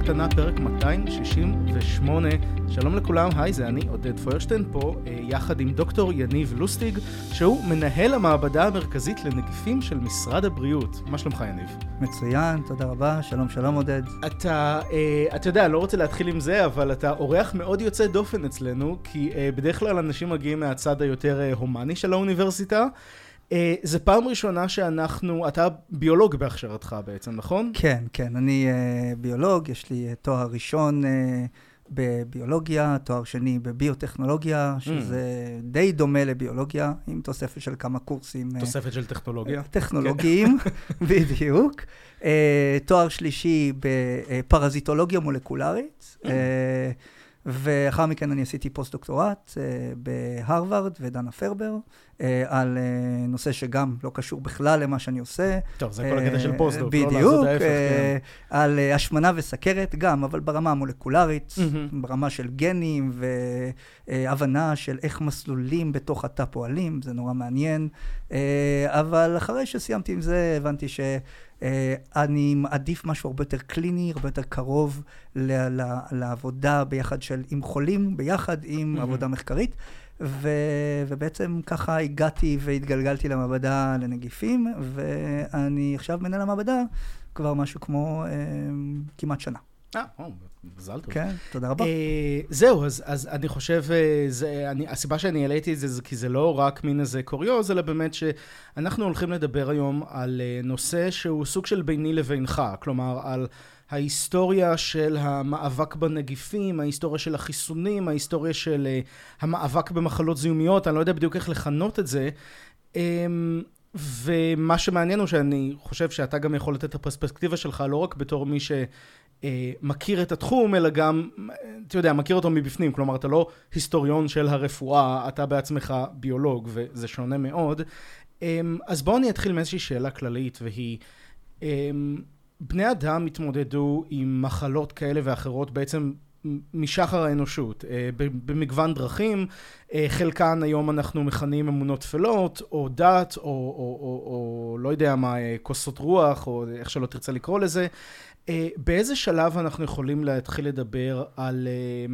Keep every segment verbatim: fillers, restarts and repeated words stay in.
קטנה, פרק מאתיים שישים ושמונה. שלום לכולם, היי, זה אני עודד פוירשטיין פה, יחד עם דוקטור יניב לוסטיג, שהוא מנהל המעבדה המרכזית לנגיפים של משרד הבריאות. מה שלומך, יניב? מצוין, תודה רבה, שלום שלום עודד. אתה, אתה יודע, לא רוצה להתחיל עם זה, אבל אתה אורח מאוד יוצא דופן אצלנו, כי בדרך כלל אנשים מגיעים מהצד היותר הומני של האוניברסיטה. זה פעם ראשונה שאנחנו, אתה ביולוג בהכשרתך בעצם, נכון? כן, כן, אני ביולוג, יש לי תואר ראשון בביולוגיה, תואר שני בביוטכנולוגיה, שזה די דומה לביולוגיה, עם תוספת של כמה קורסים. תוספת של טכנולוגיה? טכנולוגיים, בדיוק. תואר שלישי בפרזיטולוגיה מולקולרית, ואחר מכן אני עשיתי פוסט-דוקטורט בהרווארד ודנה פרבר, על נושא שגם לא קשור בכלל למה שאני עושה. טוב, זה כל הקטע של פוסט-דוק, בדיוק, לא לעשות ההפך, כן. על השמנה וסכרת גם, אבל ברמה המולקולרית, ברמה של גנים והבנה של איך מסלולים בתוך התא פועלים, זה נורא מעניין. אבל אחרי שסיימתי עם זה, הבנתי ש... אני מעדיף משהו הרבה יותר קליני, הרבה יותר קרוב ל- ל- לעבודה ביחד של עם חולים, ביחד עם mm-hmm. עבודה מחקרית, ו- ובעצם ככה הגעתי והתגלגלתי למעבדה לנגיפים, ואני עכשיו מנהל המעבדה כבר משהו כמו אה, כמעט שנה. אה, או, מזל טוב. כן, תודה רבה. אה, זהו, אז, אז אני חושב, זה, אני, הסיבה שאני העליתי את זה, זה כי זה לא רק מין איזה קוריוז, אלא באמת שאנחנו הולכים לדבר היום על נושא שהוא סוג של ביני לבינך, כלומר על ההיסטוריה של המאבק בנגיפים, ההיסטוריה של החיסונים, ההיסטוריה של המאבק במחלות זיהומיות, אני לא יודע בדיוק איך לכנות את זה, ומה שמעניין הוא שאני חושב שאתה גם יכול לתת את הפרספקטיבה שלך, לא רק בתור מי שמכיר את התחום, אלא גם, אתה יודע, מכיר אותו מבפנים, כלומר, אתה לא היסטוריון של הרפואה, אתה בעצמך ביולוג, וזה שונה מאוד. אז בואו אני אתחיל מאיזושהי שאלה כללית, והיא, בני אדם התמודדו עם מחלות כאלה ואחרות בעצם משחר האנושות, במגוון דרכים, חלקן היום אנחנו מכנים אמונות תפלות, או דת, או, או, או, או לא יודע מה, כוסות רוח, או איך שלא תרצה לקרוא לזה. באיזה שלב אנחנו יכולים להתחיל לדבר על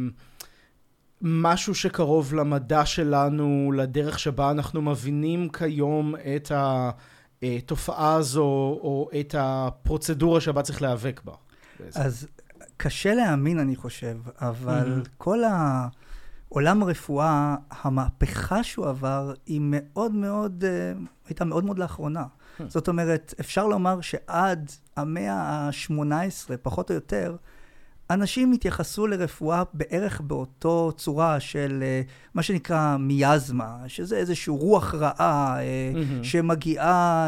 משהו שקרוב למדע שלנו, לדרך שבה אנחנו מבינים כיום את התופעה הזו, או את הפרוצדורה שבה צריך להיאבק בה? אז קשה להאמין, אני חושב, אבל mm-hmm. כל העולם הרפואה, המהפכה שהוא עבר, היא מאוד מאוד, הייתה מאוד מאוד לאחרונה. Mm-hmm. זאת אומרת, אפשר לומר שעד המאה ה-שמונה עשרה, פחות או יותר, אנשים התייחסו לרפואה בערך באותו צורה של מה שנקרא מיאזמה, שזה איזושהי רוח רעה mm-hmm. שמגיעה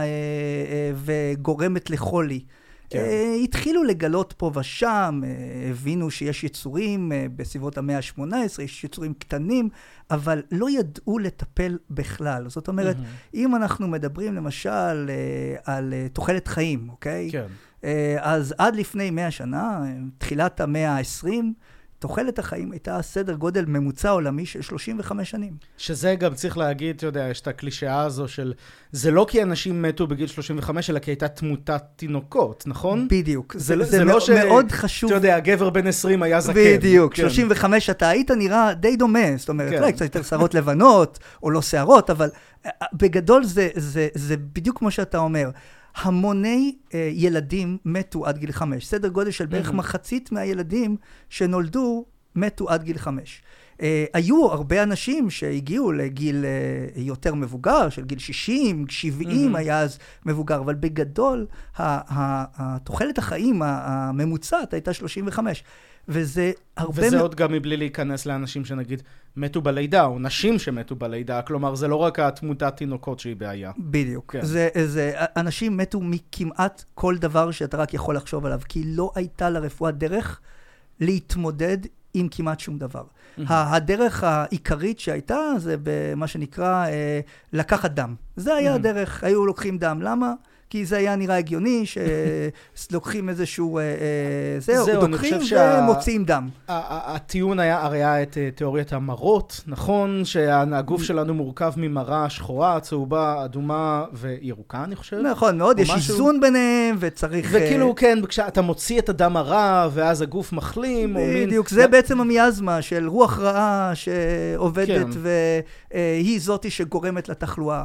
וגורמת לחולי. כן. התחילו לגלות פה ושם, הבינו שיש יצורים בסביבות המאה ה-שמונה עשרה, יש יצורים קטנים, אבל לא ידעו לטפל בכלל. זאת אומרת, mm-hmm. אם אנחנו מדברים למשל על תוחלת חיים, אוקיי? כן. אז עד לפני מאה שנה, תחילת המאה ה-עשרים, תוחלת החיים הייתה סדר גודל ממוצע עולמי של שלושים וחמש שנים. שזה גם צריך להגיד, אתה יודע, יש את הקלישאה הזו של, זה לא כי אנשים מתו בגיל שלושים וחמש, אלא כי הייתה תמותת תינוקות, נכון? בדיוק. זה, זה, זה לא ש... מאוד חשוב. אתה יודע, הגבר בן עשרים היה זקן. בדיוק. כן. שלושים וחמש אתה היית נראה די דומה, זאת אומרת, כן. לא, קצת יותר שערות לבנות, או לא שערות, אבל בגדול זה, זה, זה בדיוק כמו שאתה אומר. המוני uh, ילדים מתו עד גיל חמש. סדר גודל של בערך mm-hmm. מחצית מהילדים שנולדו מתו עד גיל חמש. Uh, היו הרבה אנשים שהגיעו לגיל uh, יותר מבוגר, של גיל שישים, שבעים mm-hmm. היה אז מבוגר, אבל בגדול, התוחלת החיים הממוצעת הייתה שלושים וחמש. וזה הרבה... וזה עוד גם מבלי להיכנס לאנשים שנגיד מתו בלידה, או נשים שמתו בלידה, כלומר זה לא רק התמותת תינוקות שהיא בעיה. בדיוק. כן. זה, זה, אנשים מתו מכמעט כל דבר שאתה רק יכול לחשוב עליו, כי לא הייתה לרפואה דרך להתמודד עם כמעט שום דבר. Mm-hmm. הדרך העיקרית שהייתה זה במה שנקרא אה, לקחת דם. זה היה mm-hmm. הדרך, היו לוקחים דם. למה? כי זה היה נראה הגיוני, שלוקחים איזשהו, זהו, זהו, דוקחים ומוציאים דם. הטיעון היה, הרי היה את תיאוריית המרות, נכון? שהגוף שלנו מורכב ממרה שחורה, צהובה, אדומה וירוקה, אני חושב. נכון, מאוד, יש איזון ביניהם, וצריך... וכאילו, כן, כשאתה מוציא את הדם הרע, ואז הגוף מחלים, או מין... בדיוק, זה בעצם המיאזמה של רוח רעה שעובדת, והיא זאתי שגורמת לתחלואה.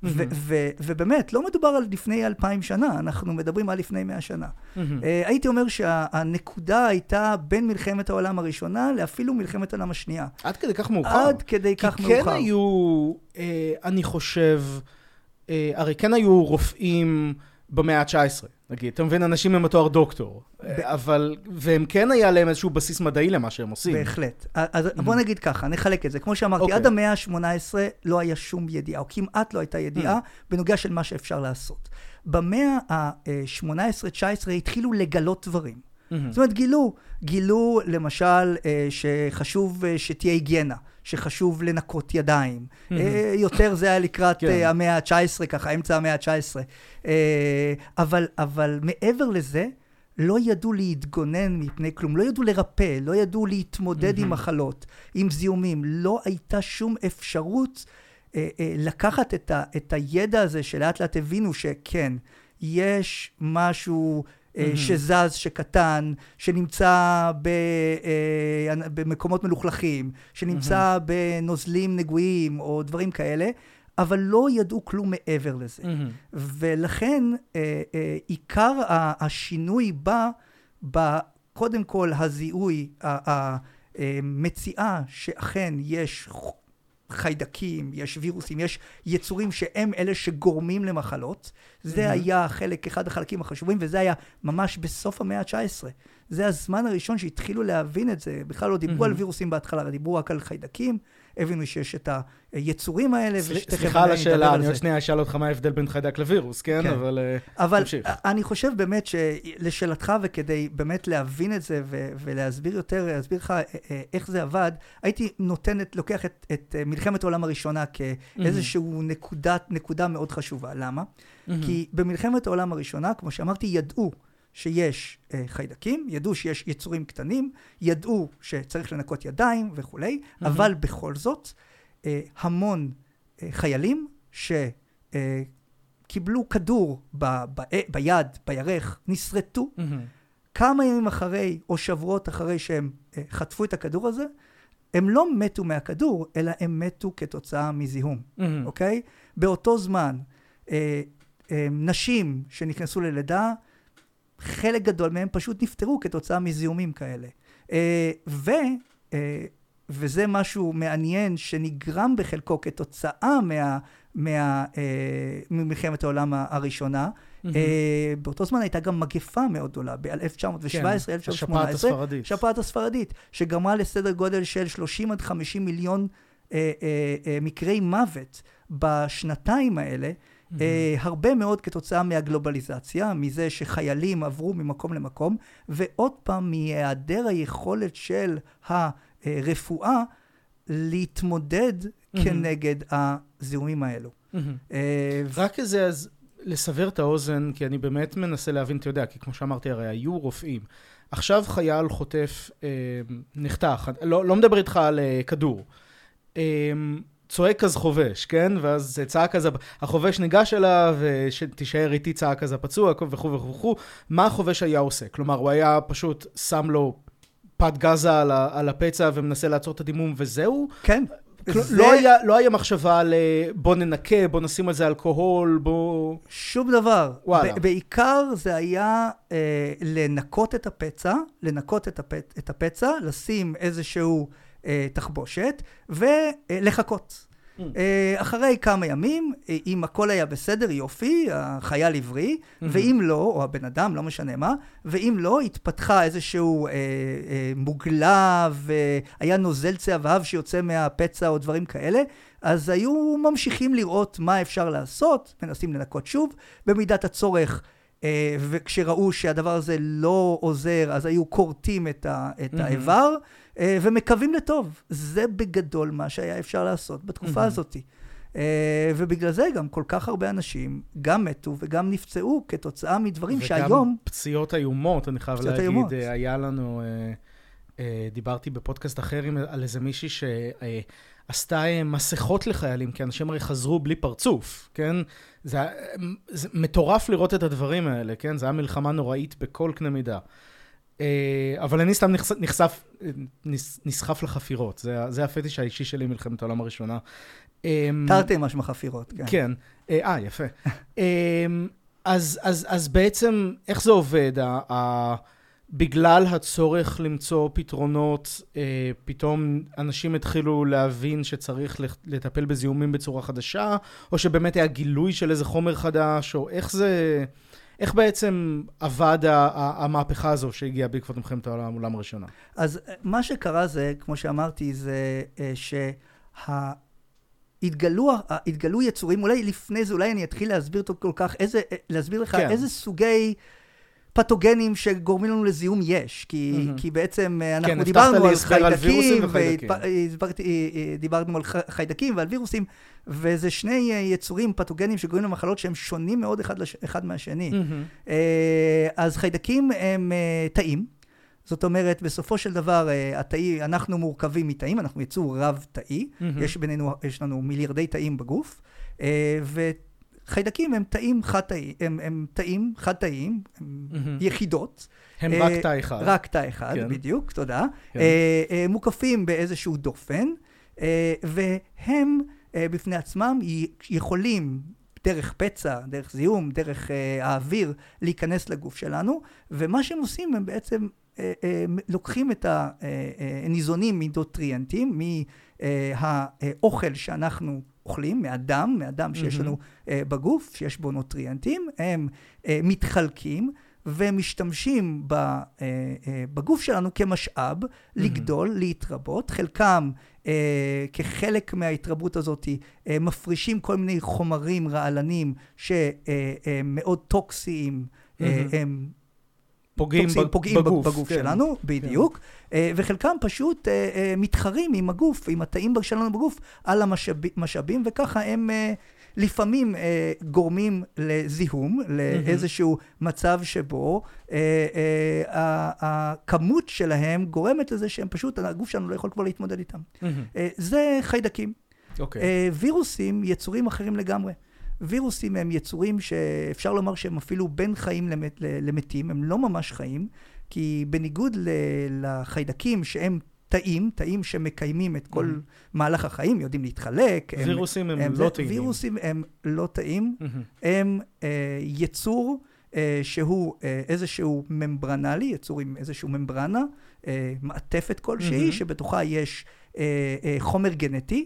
ובאמת, לא מדובר על לפני אלפיים שנה, אנחנו מדברים על לפני מאה שנה. הייתי אומר שהנקודה הייתה בין מלחמת העולם הראשונה לאפילו מלחמת העולם השנייה. עד כדי כך מאוחר. עד כדי כך מאוחר. כי כן היו, אני חושב, הרי כן היו רופאים במאה ה-תשע עשרה, נגיד. אתה מבין, אנשים עם התואר דוקטור. אבל, והם כן היה להם איזשהו בסיס מדעי למה שהם עושים. בהחלט. אז בוא נגיד ככה, נחלק את זה. כמו שאמרתי, עד המאה ה-שמונה עשרה לא היה שום ידיעה, או כמעט לא הייתה ידיעה, בנוגע של מה שאפשר לעשות. במאה ה-שמונה עשרה תשע עשרה התחילו לגלות דברים. זאת אומרת, גילו, גילו למשל שחשוב שתהיה היגיינה, שחשוב לנקות ידיים. יותר זה היה לקראת המאה ה-תשע עשרה, ככה, אמצע המאה ה-תשע עשרה. אבל, אבל מעבר לזה, לא ידעו להתגונן מפני כלום, לא ידעו לרפא, לא ידעו להתמודד עם מחלות, עם זיהומים. לא הייתה שום אפשרות אה, אה, לקחת את, ה, את הידע הזה שלאט לאט הבינו שכן, יש משהו אה, שזז, שקטן, שנמצא ב, אה, במקומות מלוכלכים, שנמצא בנוזלים נגועים או דברים כאלה, אבל לא ידעו כלום מעבר לזה. Mm-hmm. ולכן, אה, אה, עיקר השינוי בא, בא, קודם כל, הזיהוי, המציאה שאכן יש חיידקים, יש וירוסים, יש יצורים שהם אלה שגורמים למחלות. זה mm-hmm. היה חלק, אחד החלקים החשובים, וזה היה ממש בסוף המאה ה-תשע עשרה. זה הזמן הראשון שהתחילו להבין את זה. בכלל לא דיברו mm-hmm. על וירוסים בהתחלה, דיברו רק על חיידקים. הבינו שיש את היצורים האלה. סליחה על השאלה, אני עוד שנייה אשאל אותך מה ההבדל בין חיידק לווירוס, כן? אבל תמשיך. אבל אני חושב באמת שלשאלתך, וכדי באמת להבין את זה ולהסביר יותר, להסביר לך איך זה עבד, הייתי נותנת, לוקח את מלחמת העולם הראשונה כאיזשהו נקודה מאוד חשובה. למה? כי במלחמת העולם הראשונה, כמו שאמרתי, ידעו שיש uh, חיידקים, ידעו שיש יצורים קטנים, ידעו שצריך לנקות ידיים וכו', mm-hmm. אבל בכל זאת, uh, המון uh, חיילים שקיבלו uh, כדור ב- ב- ביד, בירך, נשרטו, mm-hmm. כמה ימים אחרי או שבועות אחרי שהם uh, חטפו את הכדור הזה, הם לא מתו מהכדור, אלא הם מתו כתוצאה מזיהום, mm-hmm. אוקיי? באותו זמן, uh, uh, נשים שנכנסו ללידה, חלק גדול מהם פשוט נפטרו כתוצאה מזיהומים כאלה. ו, וזה משהו מעניין שנגרם בחלקו כתוצאה מה, מה, ממלחמת העולם הראשונה. באותו זמן הייתה גם מגפה מאוד גדולה, ב-אלף תשע מאות שבע עשרה אלף תשע מאות שמונה עשרה, השפעת הספרדית. שפעת הספרדית, שגרמה לסדר גודל של שלושים עד חמישים מיליון מקרי מוות בשנתיים האלה, Mm-hmm. Uh, הרבה מאוד כתוצאה מהגלובליזציה, מזה שחיילים עברו ממקום למקום, ועוד פעם מהיעדר היכולת של הרפואה להתמודד mm-hmm. כנגד הזיהומים האלו. Mm-hmm. Uh, רק איזה, אז לסבר את האוזן, כי אני באמת מנסה להבין, אתה יודע, כי כמו שאמרתי, הרי היו רופאים. עכשיו חייל חוטף, אה, נחתך, לא, לא מדבר איתך על אה, כדור. אה, צועק אז חובש, כן? ואז צעק אז, החובש ניגש אליו, ושתישאר איתי צעק אז הפצוע, וכו' וכו' וכו'. מה החובש היה עושה? כלומר, הוא היה פשוט שם לו פת גזה על, על הפצע, ומנסה לעצור את הדימום, וזהו? כן. כל... זה... לא, היה, לא היה מחשבה על בוא ננקה, בוא נשים על זה אלכוהול, בוא... שום דבר. וואלה. ב- בעיקר זה היה אה, לנקות את הפצע, לנקות את, הפ... את הפצע, לשים איזשהו... תחבושת, ולחכות. Mm. אחרי כמה ימים, אם הכל היה בסדר, יופי, החייל עברי, mm-hmm. ואם לא, או הבן אדם, לא משנה מה, ואם לא, התפתחה איזשהו אה, אה, מוגלה, והיה נוזל צהבהב שיוצא מהפצע או דברים כאלה, אז היו ממשיכים לראות מה אפשר לעשות, מנסים לנקות שוב, במידת הצורך, אה, וכשראו שהדבר הזה לא עוזר, אז היו קורטים את, ה, את mm-hmm. האיבר, ומקווים לטוב. זה בגדול מה שהיה אפשר לעשות בתקופה הזאת. ובגלל זה גם כל כך הרבה אנשים גם מתו וגם נפצעו כתוצאה מדברים שהיום... וגם פציעות איומות, אני חייב להגיד, איומות. היה לנו, דיברתי בפודקאסט אחר על איזה מישהי שעשתה מסכות לחיילים, כי אנשים הרי חזרו בלי פרצוף, כן? זה, זה מטורף לראות את הדברים האלה, כן? זה היה מלחמה נוראית בכל קנה מידה. אבל אני סתם נחשף, נסחף לחפירות. זה, זה הפטיש האישי שלי מלחמת העולם הראשונה. תרתי משהו מחפירות, כן. כן. אה, יפה. אז, אז, אז בעצם, איך זה עובד? בגלל הצורך למצוא פתרונות, פתאום אנשים התחילו להבין שצריך לטפל בזיהומים בצורה חדשה, או שבאמת היה גילוי של איזה חומר חדש, או איך זה... איך בעצם עבד המהפכה הזו שהגיעה בעקבות מלחמת העולם הראשונה? אז מה שקרה זה, כמו שאמרתי, זה שהתגלו יצורים, אולי לפני זה, אולי אני אתחיל להסביר אותו כל כך, איזה, להסביר לך איזה סוגי פתוגנים שגורמים לנו לזיהום יש, כי, כי בעצם אנחנו דיברנו על חיידקים, דיברנו על חיידקים ועל וירוסים, וזה שני יצורים פתוגנים שגורמים למחלות שהם שונים מאוד אחד, אחד מהשני. אז חיידקים הם תאים, זאת אומרת, בסופו של דבר, התאי, אנחנו מורכבים מתאים, אנחנו יצור רב תאי, יש בינינו, יש לנו מיליארדי תאים בגוף, ו... חיידקים הם תאים חד-תאיים, הם, הם תאים חד-תאיים, הם mm-hmm. יחידות. הם רק תא אחד. רק תא אחד, כן. בדיוק, תודה. כן. מוקפים באיזשהו דופן, והם בפני עצמם יכולים דרך פצע, דרך זיהום, דרך האוויר, להיכנס לגוף שלנו, ומה שהם עושים הם בעצם לוקחים את הניזונים מנוטריאנטים, מהאוכל שאנחנו אוכלים, מהדם, מהדם שיש לנו uh, בגוף, שיש בו נוטריאנטים, הם uh, מתחלקים ומשתמשים ב, uh, uh, בגוף שלנו כמשאב, לגדול, להתרבות. חלקם, uh, כחלק מההתרבות הזאת, uh, מפרישים כל מיני חומרים רעלנים שמאוד uh, uh, טוקסיים, uh, הם פוגעים, טוקסים, בג... פוגעים בגוף, בגוף כן. שלנו, בדיוק, כן. וחלקם פשוט מתחרים עם הגוף, עם התאים שלנו בגוף, על המשאבים, וככה הם לפעמים גורמים לזיהום, לאיזשהו מצב שבו הכמות שלהם גורמת לזה שהם פשוט, הגוף שלנו לא יכול כבר להתמודד איתם. זה חיידקים. וירוסים, יצורים אחרים לגמרי. וירוסים הם יצורים שאפשר לומר שהם אפילו בין חיים למת, למתים, הם לא ממש חיים, כי בניגוד לחיידקים שהם תאים, תאים שמקיימים את כל mm-hmm. מהלך החיים, יודעים להתחלק. וירוסים הם, הם, הם לא תאים. וירוסים הם לא תאים, mm-hmm. הם אה, יצור אה, שהוא אה, איזשהו ממברנלי, יצור עם איזשהו ממברנה, אה, מעטפת כלשהי, mm-hmm. שבתוכה יש אה, אה, חומר גנטי,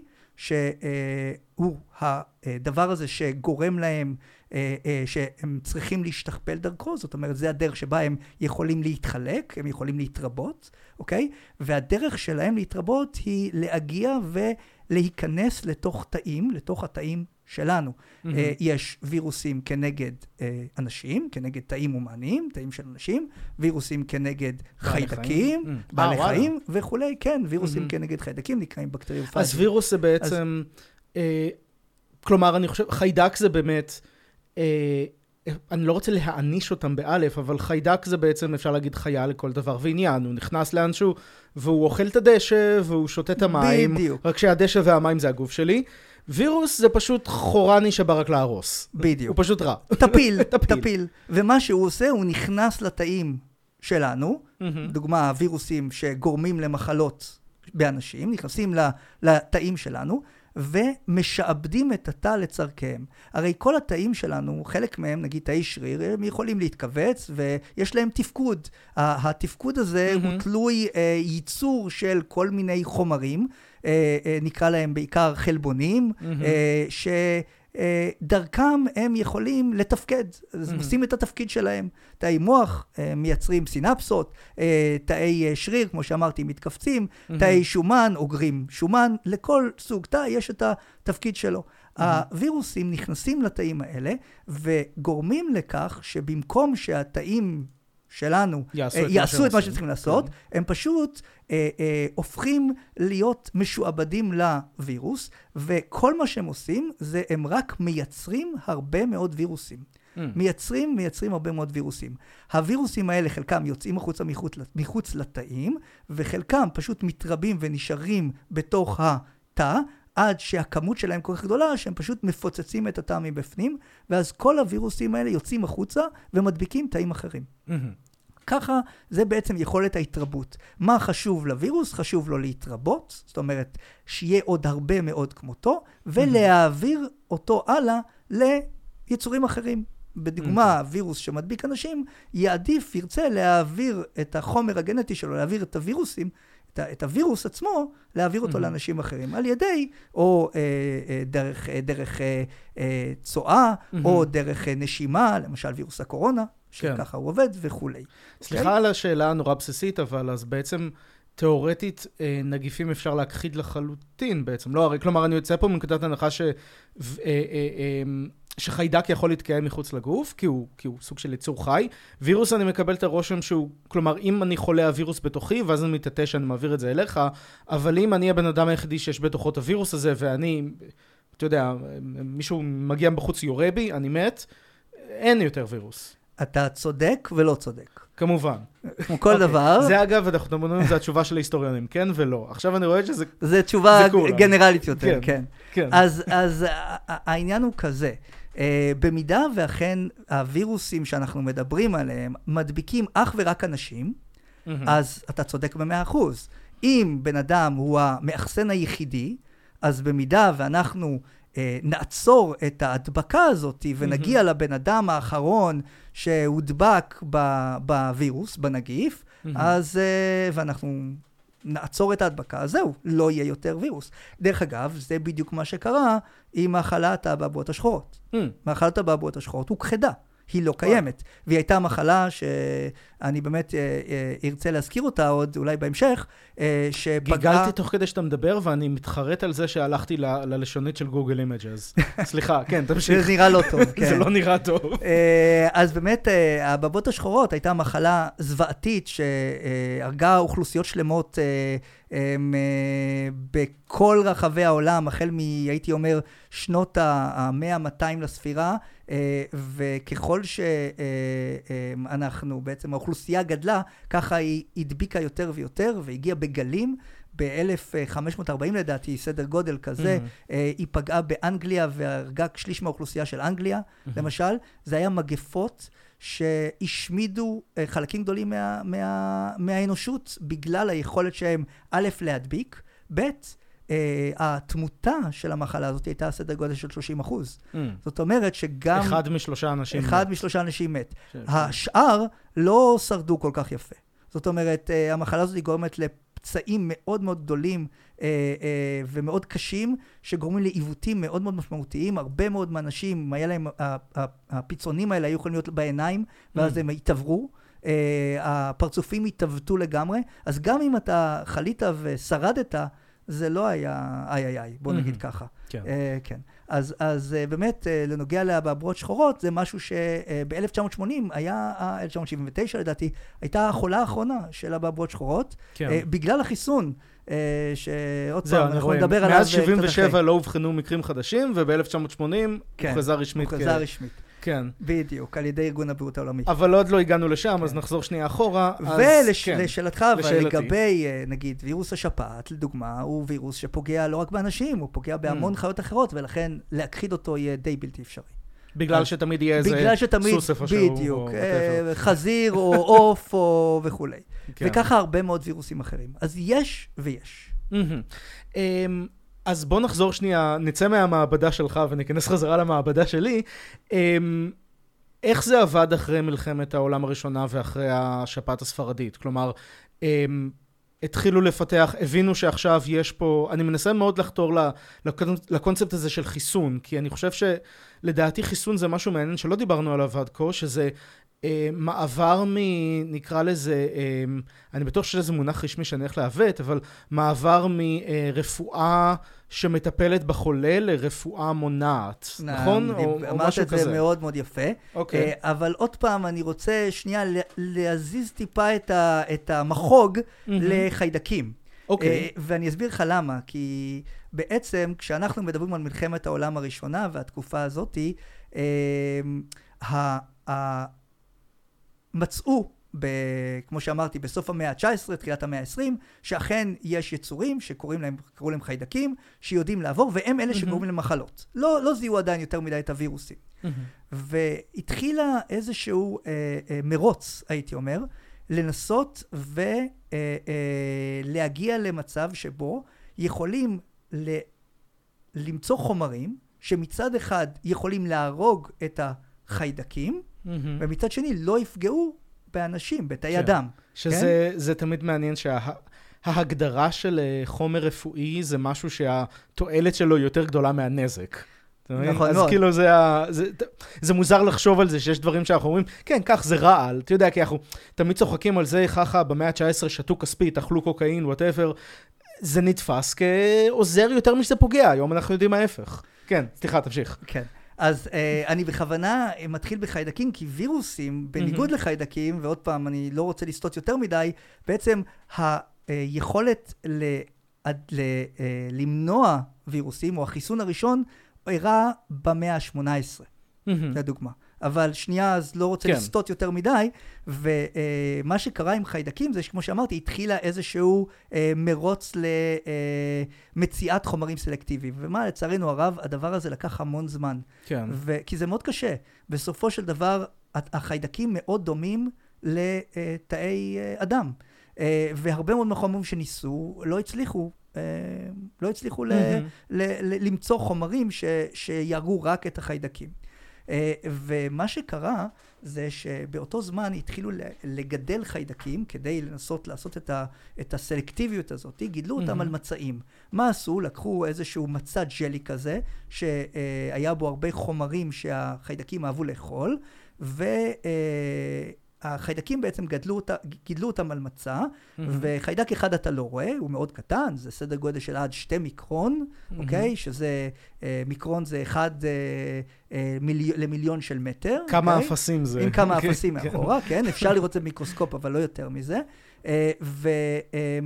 שהוא הדבר הזה שגורם להם, שהם צריכים להשתכפל דרכו, זאת אומרת, זה הדרך שבה הם יכולים להתחלק, הם יכולים להתרבות, אוקיי? והדרך שלהם להתרבות היא להגיע ולהיכנס לתוך תאים, לתוך התאים שלנו. Mm-hmm. יש וירוסים כנגד אנשים, כנגד תאים הומניים, תאים של אנשים, וירוסים כנגד חיידקים, mm. בעלי אה, חיים וכולי, כן, וירוסים mm-hmm. כנגד חיידקים, נקראים בקטריופאגים. אז וירוס זה בעצם, אז... אה, כלומר, אני חושב, חיידק זה באמת, אה, אני לא רוצה להעניש אותם באלף, אבל חיידק זה בעצם, אפשר להגיד, חיה לכל דבר ועניין. הוא נכנס לאנשהו, והוא אוכל את הדשא, והוא שותה את המים, בדיוק. רק שהדשא והמים זה הגוף שלי. וירוס זה פשוט חורני שבא רק להרוס. בדיוק. הוא פשוט רע. טפיל, טפיל. ומה שהוא עושה, הוא נכנס לתאים שלנו, mm-hmm. דוגמה, וירוסים שגורמים למחלות באנשים, נכנסים לתאים שלנו, ומשעבדים את התא לצרכיהם. הרי כל התאים שלנו, חלק מהם, נגיד תאי שריר, הם יכולים להתכווץ, ויש להם תפקוד. התפקוד הזה mm-hmm. הוא תלוי אה, ייצור של כל מיני חומרים, אה, אה, נקרא להם בעיקר חלבונים, mm-hmm. אה, ש... דרכם הם יכולים לתפקד, אז mm-hmm. עושים את התפקיד שלהם. תאי מוח מייצרים סינפסות, תאי שריר, כמו שאמרתי, מתכווצים, mm-hmm. תאי שומן, אוגרים שומן, לכל סוג תא יש את התפקיד שלו. Mm-hmm. הווירוסים נכנסים לתאים האלה, וגורמים לכך שבמקום שהתאים שלנו יעשו את, יעשו מה, את מה שהם צריכים לעשות, הם פשוט אה, אה, הופכים להיות משועבדים לווירוס, וכל מה שהם עושים זה הם רק מייצרים הרבה מאוד וירוסים. Mm. מייצרים, מייצרים הרבה מאוד וירוסים. הווירוסים האלה חלקם יוצאים החוצה מחוץ, מחוץ לתאים, וחלקם פשוט מתרבים ונשארים בתוך התא, עד שהכמות שלהם כל כך גדולה, שהם פשוט מפוצצים את התא מבפנים, ואז כל הווירוסים האלה יוצאים החוצה ומדביקים תאים אחרים. Mm-hmm. ככה זה בעצם יכולת ההתרבות. מה חשוב לווירוס? חשוב לו להתרבות, זאת אומרת שיהיה עוד הרבה מאוד כמותו, ולהעביר אותו הלאה ליצורים אחרים. בדוגמה, וירוס שמדביק אנשים, יעדיף, ירצה להעביר את החומר הגנטי שלו, להעביר את הווירוסים, את, את הווירוס עצמו, להעביר אותו לאנשים אחרים, על ידי, או אה, אה, דרך, אה, דרך אה, אה, צואה, או דרך אה, נשימה, למשל וירוס הקורונה, שככה הוא עובד וכו'. סליחה על השאלה הנורא בסיסית, אבל אז בעצם תיאורטית נגיפים אפשר להכחיד לחלוטין בעצם. לא, הרי, כלומר, אני יוצא פה מנקודת הנחה ש... שחיידק יכול להתקיים מחוץ לגוף, כי הוא, כי הוא סוג של יצור חי. וירוס, אני מקבל את הרושם שהוא, כלומר, אם אני חולה הווירוס בתוכי, ואז אני מתעטה שאני מעביר את זה אליך, אבל אם אני הבן אדם היחידי שיש בתוכו את הווירוס הזה, ואני, אתה יודע, מישהו מגיע בחוץ יורה בי, אני מת, אין יותר וירוס. אתה צודק ולא צודק. כמובן. כמו כל דבר. זה אגב, אנחנו מדברים, זה התשובה של ההיסטוריונים, כן ולא. עכשיו אני רואה שזה... זה תשובה גנרלית יותר, כן. אז העניין הוא כזה. במידה ואכן הווירוסים שאנחנו מדברים עליהם מדביקים אך ורק אנשים, אז אתה צודק במאה אחוז. אם בן אדם הוא המאחסן היחידי, אז במידה ואנחנו נעצור את ההדבקה הזאת ונגיע לבן אדם האחרון שהודבק בווירוס, בנגיף, אז ואנחנו נעצור את ההדבקה, אז זהו, לא יהיה יותר וירוס. דרך אגב, זה בדיוק מה שקרה עם מחלת האבעבועות השחורות. מחלת האבעבועות השחורות הוכחדה. היא לא קיימת. והיא הייתה מחלה שאני באמת ארצה להזכיר אותה עוד, אולי בהמשך, שפגעה... גיגלתי תוך כדי שאתה מדבר, ואני מתחרט על זה שהלכתי ללשונית של גוגל אימג'ז. סליחה, כן, תמשיך. זה נראה לא טוב, כן. זה לא נראה טוב. אז באמת, האבעבועות השחורות הייתה מחלה זוועתית, שהרגה אוכלוסיות שלמות בכל רחבי העולם, החל מ, הייתי אומר, שנות ה-מאה מאתיים לספירה, וככל שאנחנו, בעצם האוכלוסייה גדלה, ככה היא הדביקה יותר ויותר, והגיעה בגלים, ב-אלף חמש מאות וארבעים לדעתי, סדר גודל כזה, mm-hmm. היא פגעה באנגליה, והרגה שליש מהאוכלוסייה של אנגליה, mm-hmm. למשל, זה היה מגפות, שהשמידו חלקים גדולים מה, מה, מהאנושות, בגלל היכולת שהם, א', להדביק, ב', Uh, התמותה של המחלה הזאת הייתה סדר גודל של שלושים אחוז. Mm. זאת אומרת שגם... אחד משלושה אנשים אחד מת. אחד משלושה אנשים מת. ש... השאר לא שרדו כל כך יפה. זאת אומרת, uh, המחלה הזאת גורמת לפצעים מאוד מאוד גדולים uh, uh, ומאוד קשים, שגורמים לעיוותים מאוד מאוד משמעותיים. הרבה מאוד מהאנשים, היה להם, הפיצונים האלה היו יכולים להיות בעיניים, ואז mm. הם התעברו. Uh, הפרצופים התעוותו לגמרי. אז גם אם אתה חלית ושרדת, זה לא היה איי איי איי, בוא נגיד ככה. כן. כן. אז, אז באמת, לנוגע לאבעבועות שחורות, זה משהו שב-אלף תשע מאות שמונים היה, אלף תשע מאות שבעים ותשע לדעתי, הייתה החולה האחרונה של אבעבועות שחורות, בגלל החיסון, שעוד פעם, אנחנו נדבר עליו. מאז שבעים ושבע לא הובחנו מקרים חדשים, וב-אלף תשע מאות שמונים הוכרזה רשמית. הוכרזה רשמית. כן. בדיוק, על ידי ארגון הבריאות העולמי. אבל עוד לא הגענו לשם, אז נחזור שנייה אחורה. ולשאלתך, לגבי, נגיד, וירוס השפעת, לדוגמה, הוא וירוס שפוגע לא רק באנשים, הוא פוגע בהמון חיות אחרות, ולכן להכחיד אותו יהיה די בלתי אפשרי. בגלל שתמיד יהיה איזה סוס איפשהו. בדיוק, חזיר או עוף וכו'. וככה הרבה מאוד וירוסים אחרים. אז יש ויש. אז בוא נחזור שנייה, נצא מהמעבדה שלך וניכנס חזרה למעבדה שלי. איך זה עבד אחרי מלחמת העולם הראשונה ואחרי השפעת הספרדית? כלומר, התחילו לפתח, הבינו שעכשיו יש פה, אני מנסה מאוד לחתור לקונספט הזה של חיסון, כי אני חושב שלדעתי חיסון זה משהו מעניין שלא דיברנו עליו עד כה, שזה מעבר מ... נקרא לזה, אני בטוח שזה מונח רשמי שאני הולך להוות, אבל מעבר מרפואה שמטפלת בחולה לרפואה מונעת, נכון? או, או משהו אמרת את זה מאוד מאוד יפה. אוקיי. אבל עוד פעם, אני רוצה שנייה להזיז טיפה את, ה, את המחוג לחיידקים. אוקיי. ואני אסביר לך למה, כי בעצם כשאנחנו מדברים על מלחמת העולם הראשונה והתקופה הזאת, מצאו, ב, כמו שאמרתי, בסוף המאה ה-תשע עשרה, תחילת המאה ה-עשרים, שאכן יש יצורים שקוראים להם, קראו להם חיידקים, שיודעים לעבור, והם אלה שגורמים mm-hmm. למחלות. לא, לא זיהו עדיין יותר מדי את הווירוסים. Mm-hmm. והתחילה איזשהו אה, אה, מרוץ, הייתי אומר, לנסות ולהגיע אה, אה, למצב שבו יכולים ל, למצוא חומרים, שמצד אחד יכולים להרוג את החיידקים, mm-hmm. ומצד שני לא יפגעו באנשים, בתאי אדם. שזה כן? זה תמיד מעניין שההגדרה של חומר רפואי זה משהו שהתועלת שלו יותר גדולה מהנזק. נכון אז מאוד. כאילו זה, זה, זה מוזר לחשוב על זה שיש דברים שאנחנו אומרים, כן, כך זה רעל. אתה יודע, כי אנחנו תמיד צוחקים על זה, ככה במאה ה-תשע עשרה שתו כספית, אכלו קוקאין, whatever. זה נתפס כעוזר יותר משזה פוגע. היום אנחנו יודעים ההפך. כן, סליחה, תמשיך. כן. אז אה, אני בכוונה מתחיל בחיידקים, כי וירוסים, בניגוד mm-hmm. לחיידקים, ועוד פעם, אני לא רוצה לסטות יותר מדי, בעצם היכולת ל, ל, אה, למנוע וירוסים, או החיסון הראשון, אירע במאה ה-שמונה עשרה, mm-hmm. לדוגמה. אבל שנייה, אז לא רוצה כן. לסטות יותר מדי, ומה שקרה עם חיידקים זה שכמו שאמרתי, התחילה איזשהו אה, מרוץ למציאת חומרים סלקטיביים. ומה, לצערנו הרב, הדבר הזה לקח המון זמן. כן. ו- כי זה מאוד קשה. בסופו של דבר, החיידקים מאוד דומים לתאי אדם. אה, והרבה מאוד מהחומרים שניסו לא הצליחו, אה, לא הצליחו mm-hmm. ל- ל- ל- למצוא חומרים ש- שיראו רק את החיידקים. Uh, ומה שקרה זה שבאותו זמן התחילו לגדל חיידקים כדי לנסות לעשות את, ה, את הסלקטיביות הזאת, גידלו אותם mm-hmm. על מצעים. מה עשו? לקחו איזשהו מצע ג'לי כזה, שהיה בו הרבה חומרים שהחיידקים אהבו לאכול, ו... Uh, החיידקים בעצם גדלו, אותה, גידלו אותם על מצע, mm-hmm. וחיידק אחד אתה לא רואה, הוא מאוד קטן, זה סדר גודל של עד שתי מיקרון, mm-hmm. אוקיי? שזה, אה, מיקרון זה אחד אה, אה, מילי, למיליון של מטר. כמה אוקיי? אפסים זה. עם כמה אפסים מאחורה, כן? אפשר לראות את זה במיקרוסקופ, אבל לא יותר מזה. אה, ו... אה,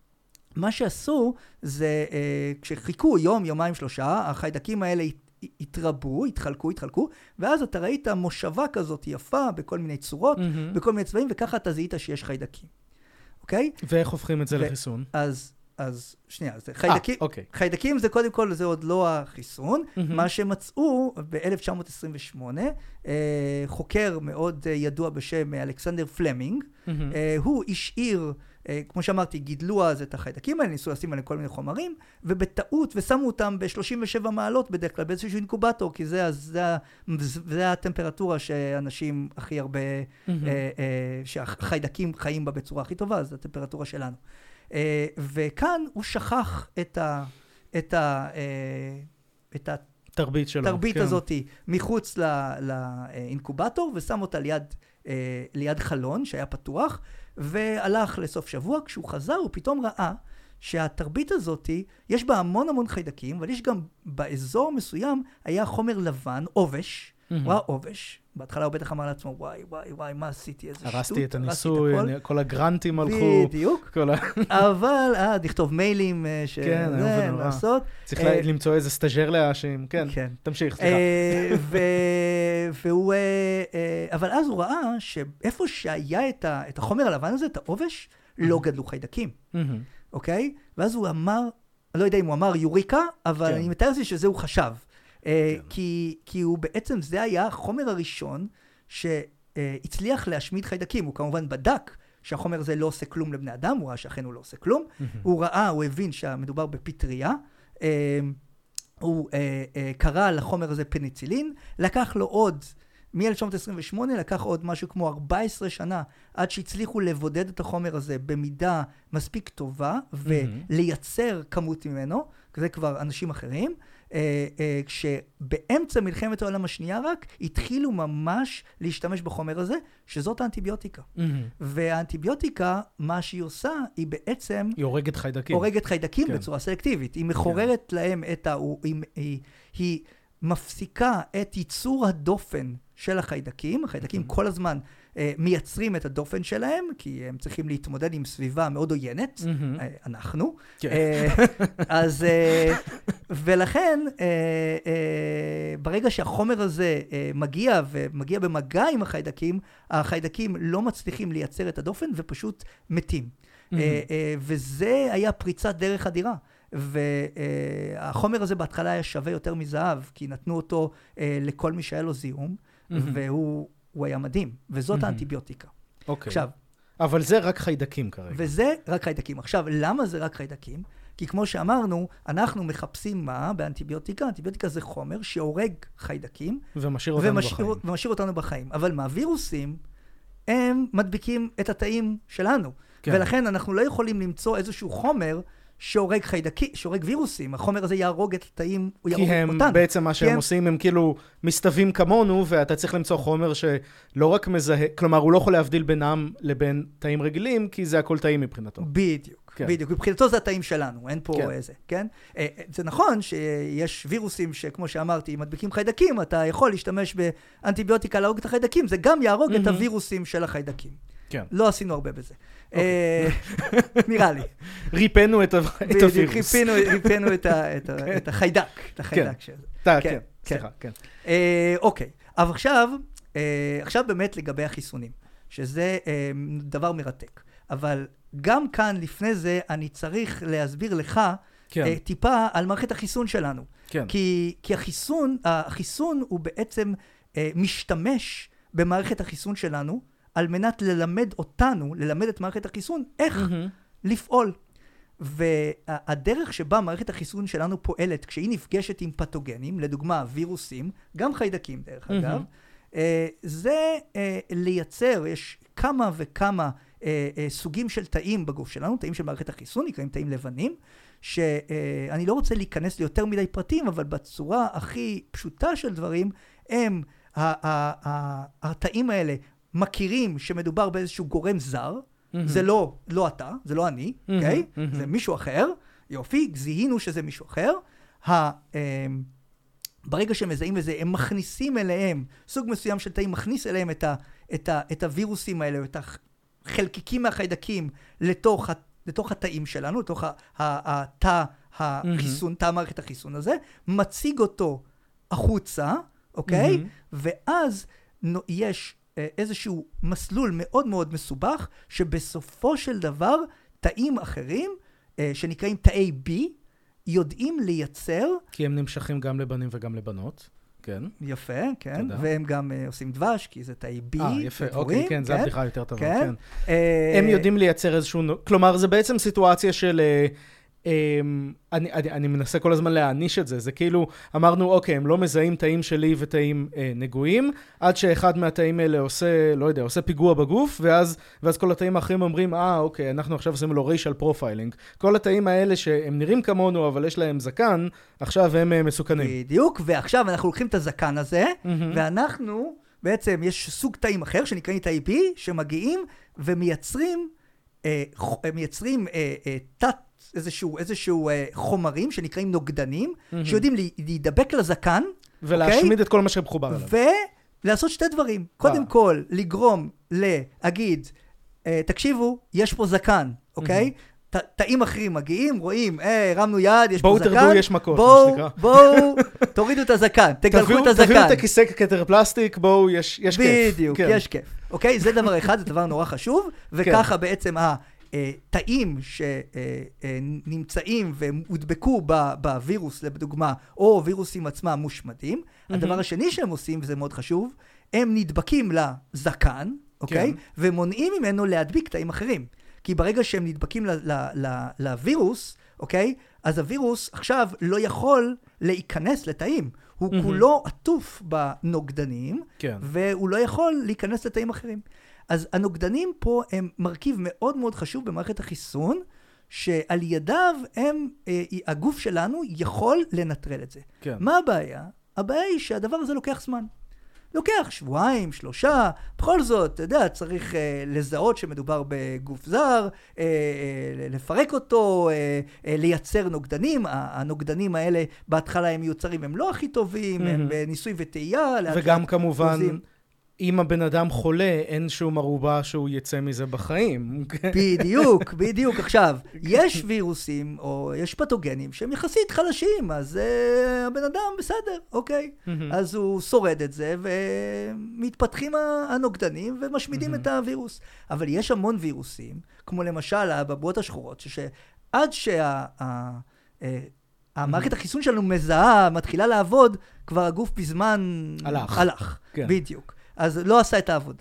מה שעשו זה, אה, כשחיכו יום, יומיים, שלושה, החיידקים האלה התרבו, התחלקו, התחלקו, ואז אתה ראית מושבה כזאת יפה, בכל מיני צורות, mm-hmm. בכל מיני צבעים, וככה אתה זיהית שיש חיידקים. אוקיי? ואיך הופכים את זה ו- לחיסון? אז, אז, שנייה, אז חיידקים, 아, אוקיי. חיידקים זה קודם כל, זה עוד לא החיסון. Mm-hmm. מה שמצאו ב-אלף תשע מאות עשרים ושמונה, אה, חוקר מאוד אה, ידוע בשם אלכסנדר פלמינג, mm-hmm. אה, הוא השאיר, אה, כמו שאמרתי, גידלו אז את החיידקים האלה, ניסו לשים עליהם כל מיני חומרים, ובטעות, ושמו אותם ב-שלושים ושבע מעלות בדרך כלל, באיזשהו אינקובטור, כי זה, זה, זה הטמפרטורה שאנשים הכי הרבה, mm-hmm. אה, אה, שהחיידקים חיים בה בצורה הכי טובה, זו הטמפרטורה שלנו. Uh, וכאן הוא שכח את ה... את ה... uh, את התרבית שלו. התרבית כן. הזאת מחוץ לאינקובטור, ושם אותה ליד, uh, ליד חלון שהיה פתוח, והלך לסוף שבוע. כשהוא חזר, הוא פתאום ראה שהתרבית הזאת, יש בה המון המון חיידקים, אבל יש גם באזור מסוים, היה חומר לבן, עובש, mm-hmm. הוא היה עובש. בהתחלה הוא בטח אמר לעצמו, וואי, וואי, וואי, מה עשיתי? איזה שטות. הרסתי את הניסוי, כל הגרנטים הלכו. בדיוק. אבל, אה, לכתוב מיילים, כן, שזה, לעשות. צריך למצוא איזה סטאז'ר להאשים. כן, תמשיך, סליחה. והוא, אבל אז הוא ראה שאיפה שהיה את החומר הלבן הזה, את העובש, לא גדלו חיידקים. אוקיי? ואז הוא אמר, אני לא יודע אם הוא אמר יוריקה, אבל אני מתאר לי שזה הוא חשב. כי, כי הוא בעצם, זה היה החומר הראשון שהצליח להשמיד חיידקים. הוא כמובן בדק שהחומר הזה לא עושה כלום לבני אדם, הוא ראה שאכן הוא לא עושה כלום. הוא ראה, הוא הבין שמדובר בפטריה. הוא קרא לחומר הזה פניצילין, לקח לו עוד, מ-אלף תשע מאות עשרים ושמונה לקח עוד משהו כמו ארבע עשרה שנה, עד שהצליחו לבודד את החומר הזה במידה מספיק טובה, ולייצר כמות ממנו. זה כבר אנשים אחרים, אה, אה, כשבאמצע מלחמת העולם השנייה רק, התחילו ממש להשתמש בחומר הזה, שזאת האנטיביוטיקה. Mm-hmm. והאנטיביוטיקה, מה שהיא עושה, היא בעצם... היא הורגת חיידקים. הורגת חיידקים כן. בצורה סלקטיבית. היא מחוררת כן. להם את ה... היא, היא, היא מפסיקה את ייצור הדופן של החיידקים. החיידקים mm-hmm. כל הזמן אה, מייצרים את הדופן שלהם, כי הם צריכים להתמודד עם סביבה מאוד עוינת. Mm-hmm. אה, אנחנו. כן. אה, אז... אה, ולכן, אה, אה, ברגע שהחומר הזה אה, מגיע ומגיע במגע עם החיידקים, החיידקים לא מצליחים לייצר את הדופן ופשוט מתים. Mm-hmm. אה, אה, וזה היה פריצת דרך אדירה. והחומר הזה בהתחלה היה שווה יותר מזהב, כי נתנו אותו אה, לכל מי שהיה לו זיהום, mm-hmm. והוא הוא היה מדהים. וזאת mm-hmm. האנטיביוטיקה. אוקיי. עכשיו, אבל זה רק חיידקים כרגע. וזה רק חיידקים. עכשיו, למה זה רק חיידקים? כי כמו שאמרנו, אנחנו מחפשים מה באנטיביוטיקה? אנטיביוטיקה זה חומר שהורג חיידקים. ומשאיר אותנו ומשאיר, בחיים. ומשאיר אותנו בחיים. אבל מה, וירוסים, הם מדביקים את התאים שלנו. כן. ולכן אנחנו לא יכולים למצוא איזשהו חומר שהורג חיידקים, שהורג וירוסים. החומר הזה יהרוג את התאים, הוא יהרוג אותנו. כי הם בעצם מה שהם הם... עושים, הם כאילו מסתווים כמונו, ואתה צריך למצוא חומר שלא רק מזהה, כלומר, הוא לא יכול להבדיל בינם לבין תאים רגילים, כי זה הכל תאים מבחינתו. בדיוק, כן. בדיוק. מבחינתו זה התאים שלנו, אין פה כן. איזה, כן? זה נכון שיש וירוסים שכמו שאמרתי, אם מדביקים חיידקים, אתה יכול להשתמש באנטיביוטיקה להרוג את החיידקים, זה גם יהרוג את הווירוסים של החיידקים. כן. לא עשינו הרבה בזה. נראה לי. ריפנו את הווירוס. ריפנו את החיידק. את החיידק של זה. כן, סליחה, כן. אוקיי, אבל עכשיו, עכשיו באמת לגבי החיסונים, שזה דבר מרתק. אבל גם כאן, לפני זה, אני צריך להסביר לך טיפה על מערכת החיסון שלנו. כי החיסון, החיסון הוא בעצם משתמש במערכת החיסון שלנו, על מנת ללמד אותנו, ללמד את מערכת החיסון, איך mm-hmm. לפעול. והדרך שבה מערכת החיסון שלנו פועלת, כשהיא נפגשת עם פתוגנים, לדוגמה וירוסים, גם חיידקים דרך אגב, mm-hmm. זה לייצר, יש כמה וכמה סוגים של תאים בגוף שלנו, תאים של מערכת החיסון, נקראים תאים לבנים, שאני לא רוצה להיכנס ליותר מדי פרטים, אבל בצורה הכי פשוטה של דברים, הם, התאים האלה, מכירים שמדובר באיזשהו גורם זר, mm-hmm. זה לא, לא אתה, זה לא אני, mm-hmm. okay? mm-hmm. זה מישהו אחר, יופי, זיהינו שזה מישהו אחר, ה, אה, ברגע שהם מזהים לזה, הם מכניסים אליהם, סוג מסוים של תאים מכניס אליהם את, ה, את, ה, את הווירוסים האלה, את החלקיקים מהחיידקים לתוך, לתוך התאים שלנו, לתוך התא החיסון, תא מערכת החיסון הזה, מציג אותו החוצה, אוקיי? Okay? Mm-hmm. ואז יש איזשהו מסלול מאוד מאוד מסובך, שבסופו של דבר תאים אחרים, שנקראים תאי B, יודעים לייצר... כי הם נמשכים גם לבנים וגם לבנות, כן. יפה, כן. תודה. והם גם עושים דבש, כי זה תאי B. אה, יפה, אוקיי, כן, זו הבדיחה יותר טובה, כן. הם יודעים לייצר איזשהו... כלומר, זה בעצם סיטואציה של... אני, אני, אני מנסה כל הזמן להעניש את זה, זה כאילו, אמרנו, אוקיי, הם לא מזהים תאים שלי ותאים אה, נגועים, עד שאחד מהתאים האלה עושה, לא יודע, עושה פיגוע בגוף, ואז, ואז כל התאים האחרים אומרים, אה, אוקיי, אנחנו עכשיו עושים לו ריישל פרופיילינג. כל התאים האלה שהם נראים כמונו, אבל יש להם זקן, עכשיו הם אה, מסוכנים. בדיוק, ועכשיו אנחנו לוקחים את הזקן הזה, mm-hmm. ואנחנו, בעצם יש סוג תאים אחר, שנקראים תאי B, שמגיעים ומייצרים, אה, מייצרים אה, אה, תת, איזשהו, איזשהו אה, חומרים שנקראים נוגדנים, mm-hmm. שיודעים להידבק לזקן. ולהשמיד okay? את כל מה שמחובר עליו. ולעשות שתי דברים. קודם אה. כל, לגרום להגיד, אה, תקשיבו, יש פה זקן, אוקיי? Mm-hmm. תאים אחרים מגיעים, רואים, אה, רמנו יד, יש פה זקן. בואו תרדו, יש מכות, בואו, מה שנקרא. בואו, תורידו את הזקן, תגלחו את הזקן. תביאו את הכיסא כתר פלסטיק, בואו, יש, יש כיף. בדיוק, כן. יש כיף. אוקיי? זה דבר אחד, זה דבר נורא חשוב, וככה כן. בעצם ה... תאים שנמצאים והודבקו בווירוס, לדוגמה, או וירוסים עצמם מושמדים. Mm-hmm. הדבר השני שהם עושים, וזה מאוד חשוב, הם נדבקים לזקן, אוקיי? כן. ומונעים ממנו להדביק תאים אחרים. כי ברגע שהם נדבקים ל- ל- ל- לווירוס, אוקיי? אז הווירוס עכשיו לא יכול להיכנס לתאים. הוא mm-hmm. כולו עטוף בנוגדנים, כן. והוא לא יכול להיכנס לתאים אחרים. אז הנוגדנים פה הם מרכיב מאוד מאוד חשוב במערכת החיסון, שעל ידיו הם, הגוף שלנו יכול לנטרל את זה. כן. מה הבעיה? הבעיה היא שהדבר הזה לוקח זמן. לוקח שבועיים, שלושה, בכל זאת, אתה יודע, צריך אה, לזהות שמדובר בגוף זר, אה, אה, לפרק אותו, אה, אה, לייצר נוגדנים. הנוגדנים האלה בהתחלה הם מיוצרים, הם לא הכי טובים, mm-hmm. הם בניסוי וטעייה. וגם כמובן, עוזים. אם הבן אדם חולה, אין שום ערובה שהוא יצא מזה בחיים. בדיוק, בדיוק. עכשיו, יש וירוסים או יש פתוגנים שהם יחסית חלשים, אז uh, הבן אדם בסדר, אוקיי. Mm-hmm. אז הוא שורד את זה, ומתפתחים הנוגדנים ומשמידים mm-hmm. את הווירוס. אבל יש המון וירוסים, כמו למשל הבבואות השחורות, שעד שה... המערכת החיסון שלנו מזהה, מתחילה לעבוד, כבר הגוף בזמן הלך. הלך. כן. בדיוק. אז לא עשה את העבודה.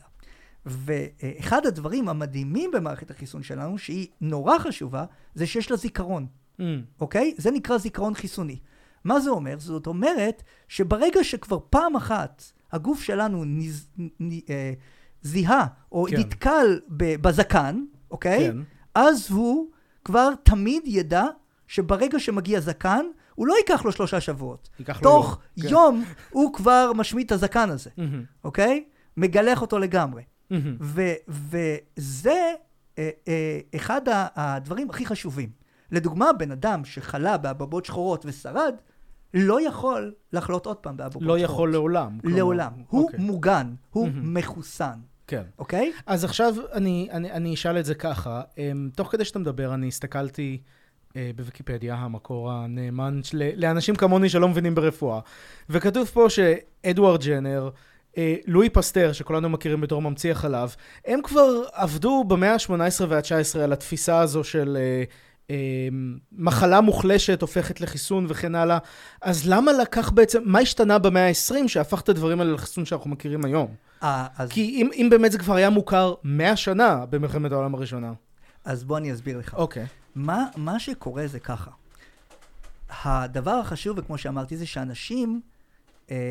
ואחד הדברים המדהימים במערכת החיסון שלנו, שהיא נורא חשובה, זה שיש לה זיכרון. Mm. אוקיי? זה נקרא זיכרון חיסוני. מה זה אומר? זאת אומרת שברגע שכבר פעם אחת הגוף שלנו נז, נ, אה, זיהה או כן. נתקל בזקן, אוקיי? כן. אז הוא כבר תמיד ידע שברגע שמגיע זקן, הוא לא ייקח לו שלושה שבועות. תוך לו יום כן. הוא כבר משמיד את הזקן הזה. Mm-hmm. אוקיי? מגלח אותו לגמרי. Mm-hmm. ו- וזה אה, אה, אחד הדברים הכי חשובים. לדוגמה, בן אדם שחלה באבעבועות שחורות ושרד, לא יכול לחלות עוד פעם באבעבועות שחורות. לא יכול לעולם. לעולם. כלומר. הוא okay. מוגן, הוא mm-hmm. מחוסן. כן. אוקיי? אז עכשיו אני, אני, אני אשאל את זה ככה. תוך כדי שאתה מדבר, אני הסתכלתי בוויקיפדיה, המקור הנאמן לאנשים כמוני שלא מבינים ברפואה. וכתוב פה שאדוארד ג'נר, לואי פסטר, שכולנו מכירים בתור ממציא החלב, הם כבר עבדו במאה ה-שמונה עשרה וה-תשע עשרה על התפיסה הזו של מחלה מוחלשת הופכת לחיסון וכן הלאה. אז למה לקח בעצם, מה השתנה במאה ה-עשרים שהפך את הדברים האלה לחיסון שאנחנו מכירים היום? אז... כי אם, אם באמת זה כבר היה מוכר מאה שנה במלחמת העולם הראשונה. אז בוא אני אסביר לך. אוקיי. Okay. מה, מה שקורה זה ככה. הדבר החשוב, וכמו שאמרתי, זה שאנשים אה,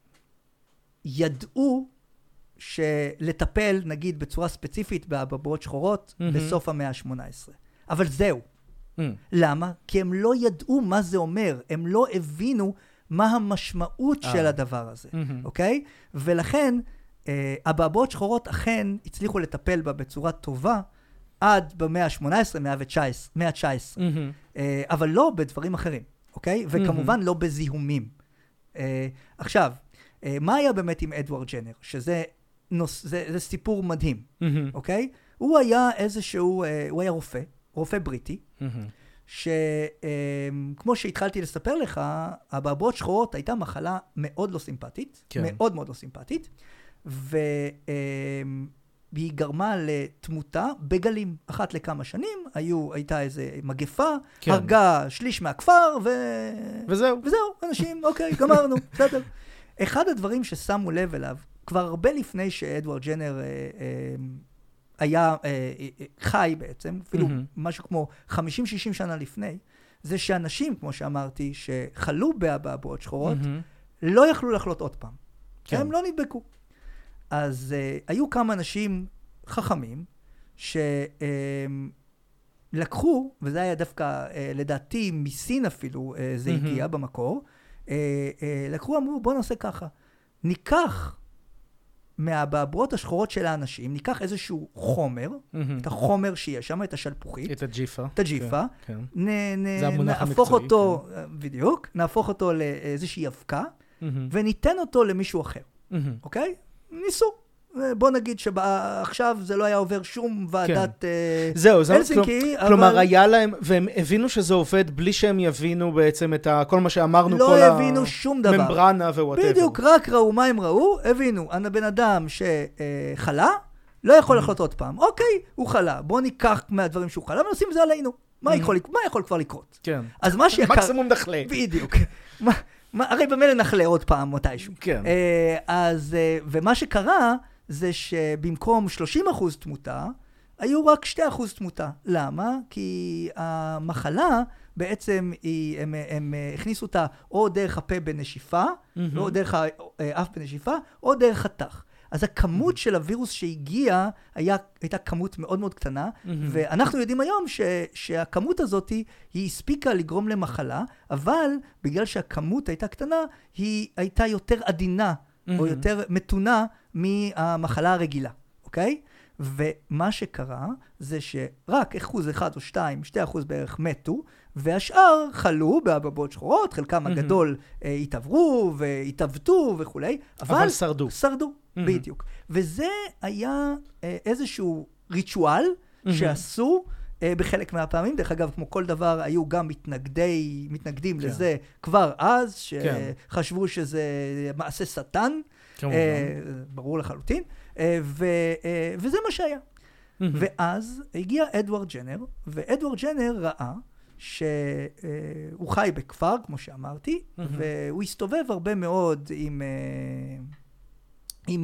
ידעו שלטפל, נגיד, בצורה ספציפית באבעבועות שחורות, mm-hmm. בסוף המאה ה-שמונה עשרה. אבל זהו. Mm-hmm. למה? כי הם לא ידעו מה זה אומר. הם לא הבינו מה המשמעות ah. של הדבר הזה. Mm-hmm. אוקיי? ולכן, אה, אבעבועות שחורות אכן הצליחו לטפל בה בצורה טובה, עד במאה ה-שמונה עשרה, מאה ה-תשע עשרה. Mm-hmm. Uh, אבל לא בדברים אחרים, אוקיי? וכמובן mm-hmm. לא בזיהומים. Uh, עכשיו, uh, מה היה באמת עם אדוארד ג'נר? שזה נוס, זה, זה סיפור מדהים, mm-hmm. אוקיי? הוא היה איזשהו, uh, הוא היה רופא, רופא בריטי, mm-hmm. שכמו uh, שהתחלתי לספר לך, אבעבועות שחורות הייתה מחלה מאוד לא סימפטית, כן. מאוד מאוד לא סימפטית, ו... Uh, והיא גרמה לתמותה בגלים. אחת לכמה שנים, היו, הייתה איזה מגפה, כן. הרגה שליש מהכפר, ו... וזהו. וזהו, אנשים, אוקיי, גמרנו, בסדר. אחד הדברים ששמו לב אליו, כבר הרבה לפני שאדוארד ג'נר אה, אה, היה אה, אה, חי בעצם, אפילו mm-hmm. משהו כמו חמישים שישים שנה לפני, זה שאנשים, כמו שאמרתי, שחלו באבעבועות שחורות, mm-hmm. לא יכלו לחלות עוד פעם. כן. הם לא נדבקו. אז uh, היו כמה אנשים חכמים שלקחו, uh, וזה היה דווקא uh, לדעתי מסין אפילו, uh, זה mm-hmm. הגיע במקור, uh, uh, לקחו, אמרו בוא נעשה ככה, ניקח מהבעבועות השחורות של האנשים, ניקח איזשהו חומר, mm-hmm. את החומר שיש שם, את השלפוחית, את הג'יפה, את הג'יפה, כן, כן. נ, נ, זה המונח נהפוך המקצועי, אותו, כן. בדיוק, נהפוך אותו לאיזושהי אבקה, mm-hmm. וניתן אותו למישהו אחר, mm-hmm. אוקיי? ניסו. בוא נגיד שעכשיו זה לא היה עובר שום ועדת הלסינקי. כלומר, היה להם, והם הבינו שזה עובד בלי שהם יבינו בעצם את כל מה שאמרנו, כל לא הבינו שום דבר. ממברנה ווואטאבר. בדיוק, רק ראו מה הם ראו, הבינו, הבן אדם שחלה, לא יכול לחלות עוד פעם. אוקיי, הוא חלה, בוא ניקח מהדברים שהוא חלה, ונשים את זה עלינו. מה יכול כבר לקרות? כן. אז מה שיקר... מקסימום נחלה. בדיוק. הרי במילא נחלה עוד פעם מתישהו. כן. אז, ומה שקרה, זה שבמקום שלושים אחוז תמותה, היו רק שני אחוז תמותה. למה? כי המחלה בעצם, היא, הם, הם הכניסו אותה או דרך הפה בנשיפה, mm-hmm. או דרך האף בנשיפה, או דרך חתך. אז הכמות של הווירוס שהגיע היה, הייתה כמות מאוד מאוד קטנה, ואנחנו יודעים היום ש, שהכמות הזאת היא הספיקה לגרום למחלה, אבל בגלל שהכמות הייתה קטנה, היא הייתה יותר עדינה, או יותר מתונה מהמחלה הרגילה, אוקיי? ומה שקרה זה שרק אחוז אחד או שתיים, שתי אחוז בערך מתו, והשאר חלו באבעבועות שחורות, חלקם הגדול אה, התעברו והתעוותו וכולי, אבל, אבל שרדו. שרדו, mm-hmm. בדיוק. וזה היה אה, איזשהו ריטואל mm-hmm. שעשו אה, בחלק מהפעמים. דרך אגב, כמו כל דבר, היו גם מתנגדי, מתנגדים כן. לזה כבר אז, שחשבו כן. שזה מעשה שטן, אה, ברור לחלוטין, אה, ו, אה, וזה מה שהיה. Mm-hmm. ואז הגיע אדוארד ג'נר, ואדוארד ג'נר ראה שהוא חי בכפר, כמו שאמרתי, mm-hmm. והוא הסתובב הרבה מאוד עם, עם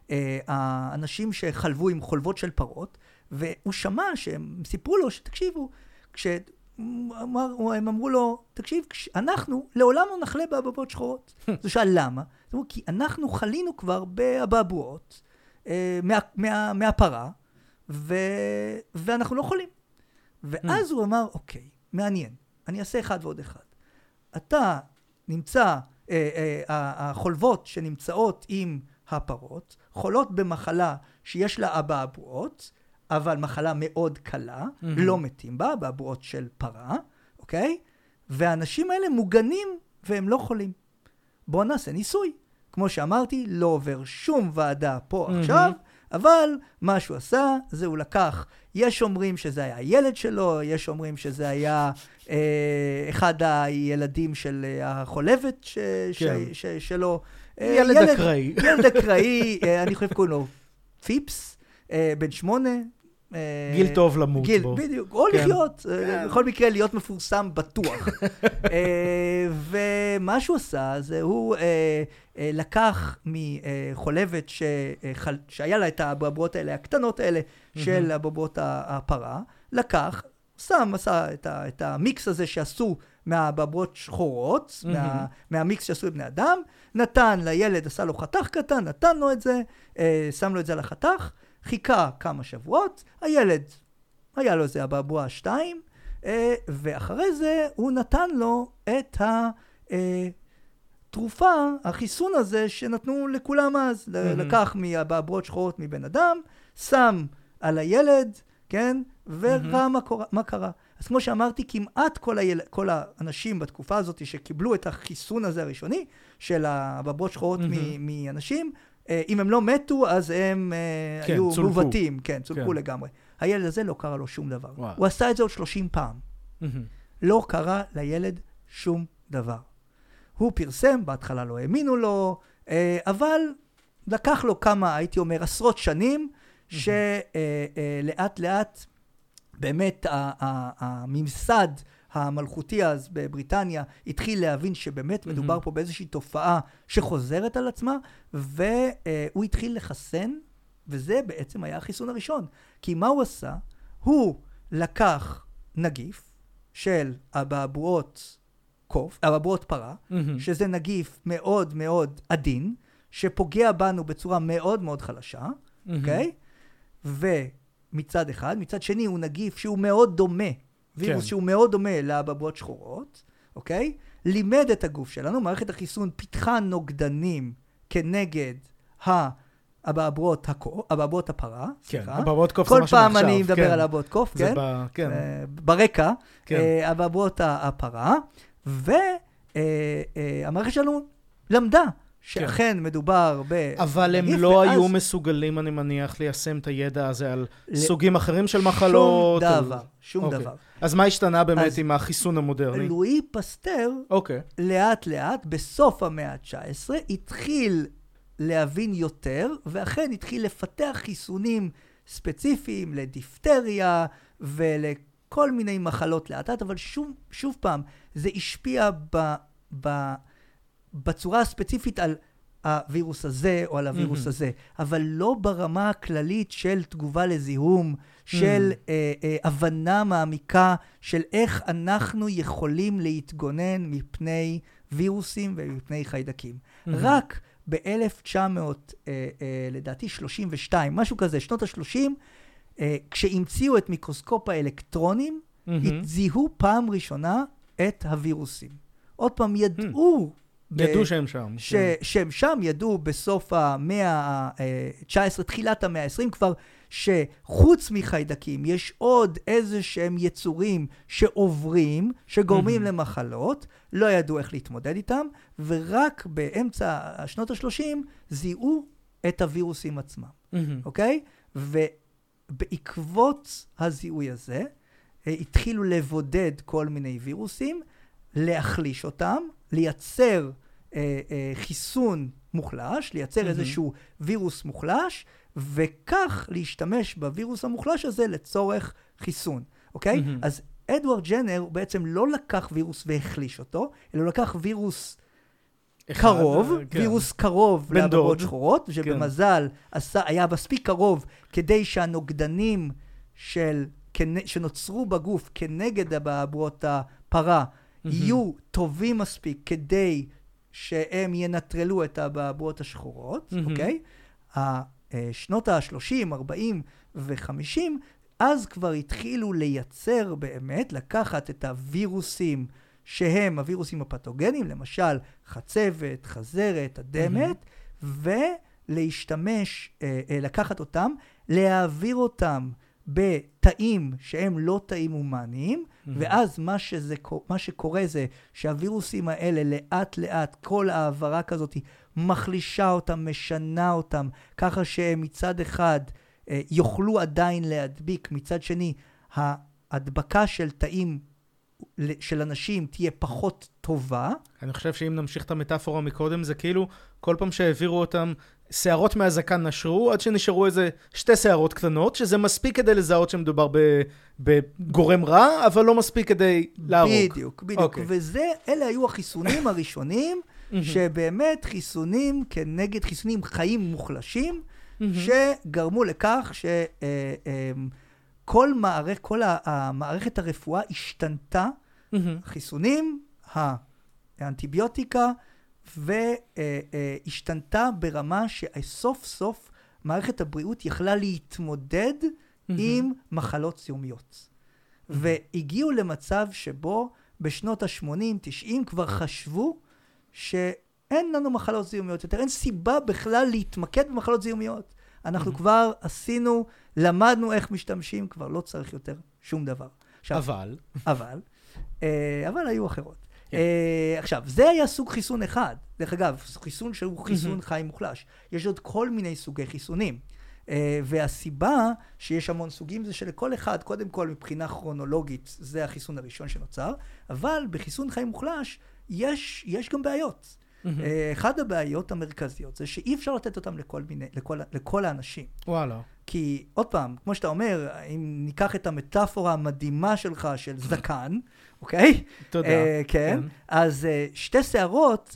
האנשים שחלבו עם חולבות של פרות, והוא שמע שהם סיפרו לו שתקשיבו, כשהם אמרו לו, תקשיב, אנחנו לעולם לא נחלה באבעבועות שחורות. זה שאל למה? זאת אומרת, כי אנחנו חלינו כבר באבעבועות מה, מה, מהפרה, ו, ואנחנו לא חולים. ואז הוא אמר, אוקיי, מעניין, אני אעשה אחד ועוד אחד. אתה נמצא, אה, אה, החולבות שנמצאות עם הפרות, חולות במחלה שיש לה אבעבועות, אבל מחלה מאוד קלה, mm-hmm. לא מתים בה, אבעבועות של פרה, אוקיי? והאנשים האלה מוגנים והם לא חולים. בואו נעשה ניסוי. כמו שאמרתי, לא עובר שום ועדה פה mm-hmm. עכשיו, אבל מה שהוא עשה, זה הוא לקח, יש אומרים שזה היה הילד שלו, יש אומרים שזה היה אה, אחד הילדים של החולבת ש, כן. ש, ש, שלו. ילד, ילד אקראי. ילד אקראי, אה, אני חושב קוראים לו פיפס, אה, בן שמונה. אה, גיל טוב למות גיל, בו. בדיוק, או כן. לחיות, כן. בכל מקרה להיות מפורסם בטוח. אה, ומה שהוא עשה, זה הוא... אה, לקח מחולבת שחל... שהיה לה את האבעבועות האלה, הקטנות האלה של אבעבועות הפרה, לקח, שם, עשה את, ה... את המיקס הזה שעשו מהאבעבועות שחורות, מה... מהמיקס שעשו לבני אדם, נתן לילד, עשה לו חתך קטן, נתן לו את זה, שם לו את זה על החתך, חיכה כמה שבועות, הילד, היה לו איזה אבעבוע שתיים, ואחרי זה הוא נתן לו את ה... תרופה, החיסון הזה שנתנו לכולם אז, mm-hmm. לקח מהאבעבועות שחורות מבן אדם, שם על הילד, כן? וראה mm-hmm. מה, קורה, מה קרה. אז כמו שאמרתי, כמעט כל, היל... כל האנשים בתקופה הזאת שקיבלו את החיסון הזה הראשוני, של האבעבועות שחורות mm-hmm. מ- מאנשים, אם הם לא מתו, אז הם כן, היו צולקו. מובטים, כן, צולקו כן. לגמרי. הילד הזה לא קרה לו שום דבר. וואו. הוא עשה את זה עוד שלושים פעם. Mm-hmm. לא קרה לילד שום דבר. הוא פרסם, בהתחלה לא האמינו לו, אבל לקח לו כמה, הייתי אומר, עשרות שנים, שלאט לאט באמת הממסד המלכותי אז בבריטניה התחיל להבין שבאמת מדובר פה באיזושהי תופעה שחוזרת על עצמה, והוא התחיל לחסן, וזה בעצם היה החיסון הראשון. כי מה הוא עשה? הוא לקח נגיף של אבעבועות קוף, אבעבועות פרה, mm-hmm. שזה נגיף מאוד מאוד עדין, שפוגע בנו בצורה מאוד מאוד חלשה, אוקיי? Mm-hmm. Okay? ומצד אחד, מצד שני הוא נגיף שהוא מאוד דומה, וירוס כן. שהוא מאוד דומה לאבעבועות שחורות, אוקיי? Okay? לימד את הגוף שלנו, מערכת החיסון פיתחה נוגדנים כנגד האבעבועות הקוף, אבעבועות הפרה, כן, סליחה. אבעבועות קוף זה משהו כל עכשיו. פעם אני מדבר כן. על אבעבועות קוף, כן? ב... כן. ברקע, כן. אבעבועות הפרה, והמערכת שלנו למדה שאכן כן. מדובר ב... אבל הם לא ואז... היו מסוגלים, אני מניח, ליישם את הידע הזה על ל... סוגים אחרים של מחלות. שום דבר, או... שום אוקיי. דבר. אז מה השתנה באמת אז עם החיסון המודרני? לואי פסטר, אוקיי. לאט לאט, בסוף המאה ה-תשע עשרה, התחיל להבין יותר, ואכן התחיל לפתח חיסונים ספציפיים לדיפטריה ולכל מיני מחלות לאט לאט, אבל שוב, שוב פעם, זה השפיע ב... ב בצורה הספציפית על הווירוס הזה או על הווירוס mm-hmm. הזה, אבל לא ברמה הכללית של תגובה לזיהום, של mm-hmm. אה, אה, הבנה מעמיקה של איך אנחנו יכולים להתגונן מפני וירוסים ומפני חיידקים. Mm-hmm. רק ב-אלף תשע מאות, אה, אה, לדעתי שלושים ושתיים, משהו כזה, שנות ה-שלושים, אה, כשהמציאו את מיקרוסקופ האלקטרונים, mm-hmm. זיהו פעם ראשונה את הווירוסים. עוד פעם ידעו... Mm-hmm. ידעו שהם שם. ש- שהם שם, ידעו בסוף המאה ה-תשע עשרה, תחילת המאה ה-עשרים כבר, שחוץ מחיידקים יש עוד איזה שהם יצורים שעוברים, שגורמים mm-hmm. למחלות, לא ידעו איך להתמודד איתם, ורק באמצע השנות ה-שלושים זיהו את הווירוסים עצמם. Mm-hmm. אוקיי? ובעקבות הזיהוי הזה, התחילו לבודד כל מיני וירוסים, להחליש אותם, לייצר אה, אה, חיסון מוחלש, לייצר mm-hmm. איזשהו וירוס מוחלש, וכך להשתמש בווירוס המוחלש הזה לצורך חיסון, אוקיי? Mm-hmm. אז אדוארד ג'נר בעצם לא לקח וירוס והחליש אותו, אלא הוא לקח וירוס אחד, קרוב, כן. וירוס קרוב לאבעבועות שחורות, שבמזל כן. עשה, היה מספיק קרוב כדי שהנוגדנים של, שנוצרו בגוף כנגד אבעבועות הפרה, mm-hmm. יהיו טובים מספיק כדי שהם ינטרלו את האבעבועות השחורות, mm-hmm. אוקיי? שנות ה-שלושים, ארבעים ו-חמישים, אז כבר התחילו לייצר באמת, לקחת את הווירוסים שהם הווירוסים הפתוגנים, למשל חצבת, חזרת, אדמת, mm-hmm. ולהשתמש, לקחת אותם, להעביר אותם בתאים שהם לא תאים הומניים, mm-hmm. ואז מה, שזה, מה שקורה זה שהווירוסים האלה לאט לאט, כל העברה כזאת מחלישה אותם, משנה אותם, ככה שהם מצד אחד אה, יוכלו עדיין להדביק, מצד שני ההדבקה של תאים של אנשים תהיה פחות טובה. אני חושב שאם נמשיך את המטאפורה מקודם, זה כאילו כל פעם שהעבירו אותם, שערות מהזקן נשרו, עד שנשארו איזה שתי שערות קטנות, שזה מספיק כדי לזהות שמדובר בגורם רע, אבל לא מספיק כדי להרוג. בדיוק, בדיוק. Okay. וזה, אלה היו החיסונים הראשונים, שבאמת חיסונים כנגד חיסונים חיים מוחלשים, שגרמו לכך שכל מערכת, כל המערכת הרפואה השתנתה, חיסונים, האנטיביוטיקה, והשתנתה ברמה שסוף סוף מערכת הבריאות יכלה להתמודד mm-hmm. עם מחלות זיהומיות. Mm-hmm. והגיעו למצב שבו בשנות ה-שמונים תשעים כבר חשבו שאין לנו מחלות זיהומיות יותר, אין סיבה בכלל להתמקד במחלות זיהומיות. אנחנו mm-hmm. כבר עשינו, למדנו איך משתמשים, כבר לא צריך יותר שום דבר. עכשיו, אבל? אבל, אבל היו אחרות. Yeah. Uh, עכשיו, זה היה סוג חיסון אחד. דרך אגב, חיסון שהוא חיסון mm-hmm. חי מוחלש. יש עוד כל מיני סוגי חיסונים. Uh, והסיבה שיש המון סוגים זה שלכל אחד, קודם כל מבחינה כרונולוגית, זה החיסון הראשון שנוצר, אבל בחיסון חי מוחלש יש, יש גם בעיות. Mm-hmm. Uh, אחד הבעיות המרכזיות זה שאי אפשר לתת אותם לכל, מיני, לכל, לכל האנשים. וואלה. כי עוד פעם, כמו שאתה אומר, אם ניקח את המטאפורה המדהימה שלך של זקן, אוקיי? תודה. Uh, כן. כן. אז uh, שתי שערות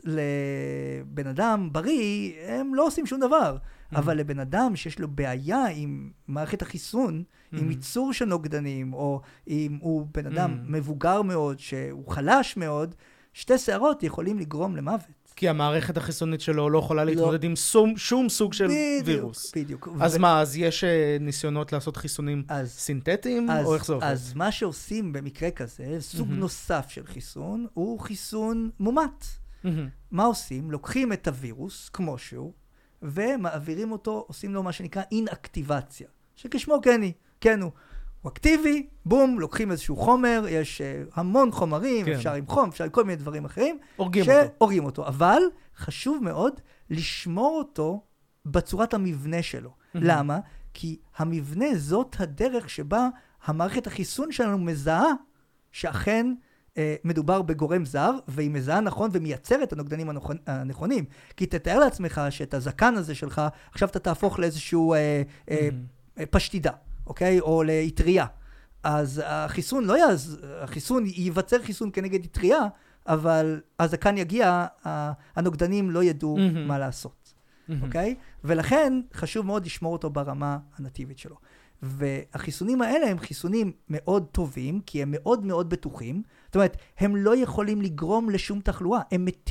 לבן אדם בריא, הם לא עושים שום דבר. Mm-hmm. אבל לבן אדם שיש לו בעיה עם מערכת החיסון, mm-hmm. עם ייצור של נוגדנים, או אם הוא בן אדם mm-hmm. מבוגר מאוד, שהוא חלש מאוד, שתי שערות יכולים לגרום למוות. כי המערכת החיסונית שלו לא יכולה להתמודד לא. עם שום, שום סוג של בדיוק, וירוס. בדיוק. אז ו... מה, אז יש ניסיונות לעשות חיסונים אז, סינתטיים, אז, או איך זה עובד? אז מה שעושים במקרה כזה, סוג mm-hmm. נוסף של חיסון, הוא חיסון מומט. Mm-hmm. מה עושים? לוקחים את הווירוס, כמו שהוא, ומעבירים אותו, עושים לו מה שנקרא אינאקטיבציה, שכשמו כן, כן הוא. הוא אקטיבי, בום, לוקחים איזשהו חומר, יש uh, המון חומרים, כן. אפשר עם חום, אפשר עם כל מיני דברים אחרים, הורגים שהורגים אותו. אותו. אבל חשוב מאוד לשמור אותו בצורת המבנה שלו. Mm-hmm. למה? כי המבנה זאת הדרך שבה המערכת החיסון שלנו מזהה שאכן uh, מדובר בגורם זר, והיא מזהה נכון ומייצרת את הנוגדנים הנכון, הנכונים. כי תתאר לעצמך שאת הזקן הזה שלך, עכשיו אתה תהפוך לאיזשהו uh, uh, mm-hmm. פשטידה. אוקיי? או להתרייה. אז החיסון לא יעז, החיסון ייווצר חיסון כנגד התרייה, אבל אז כאן יגיע, הנוגדנים לא ידעו mm-hmm. מה לעשות. Mm-hmm. אוקיי? ולכן חשוב מאוד לשמור אותו ברמה הנטיבית שלו. והחיסונים האלה הם חיסונים מאוד טובים, כי הם מאוד מאוד בטוחים. זאת אומרת, הם לא יכולים לגרום לשום תחלואה, הם מתים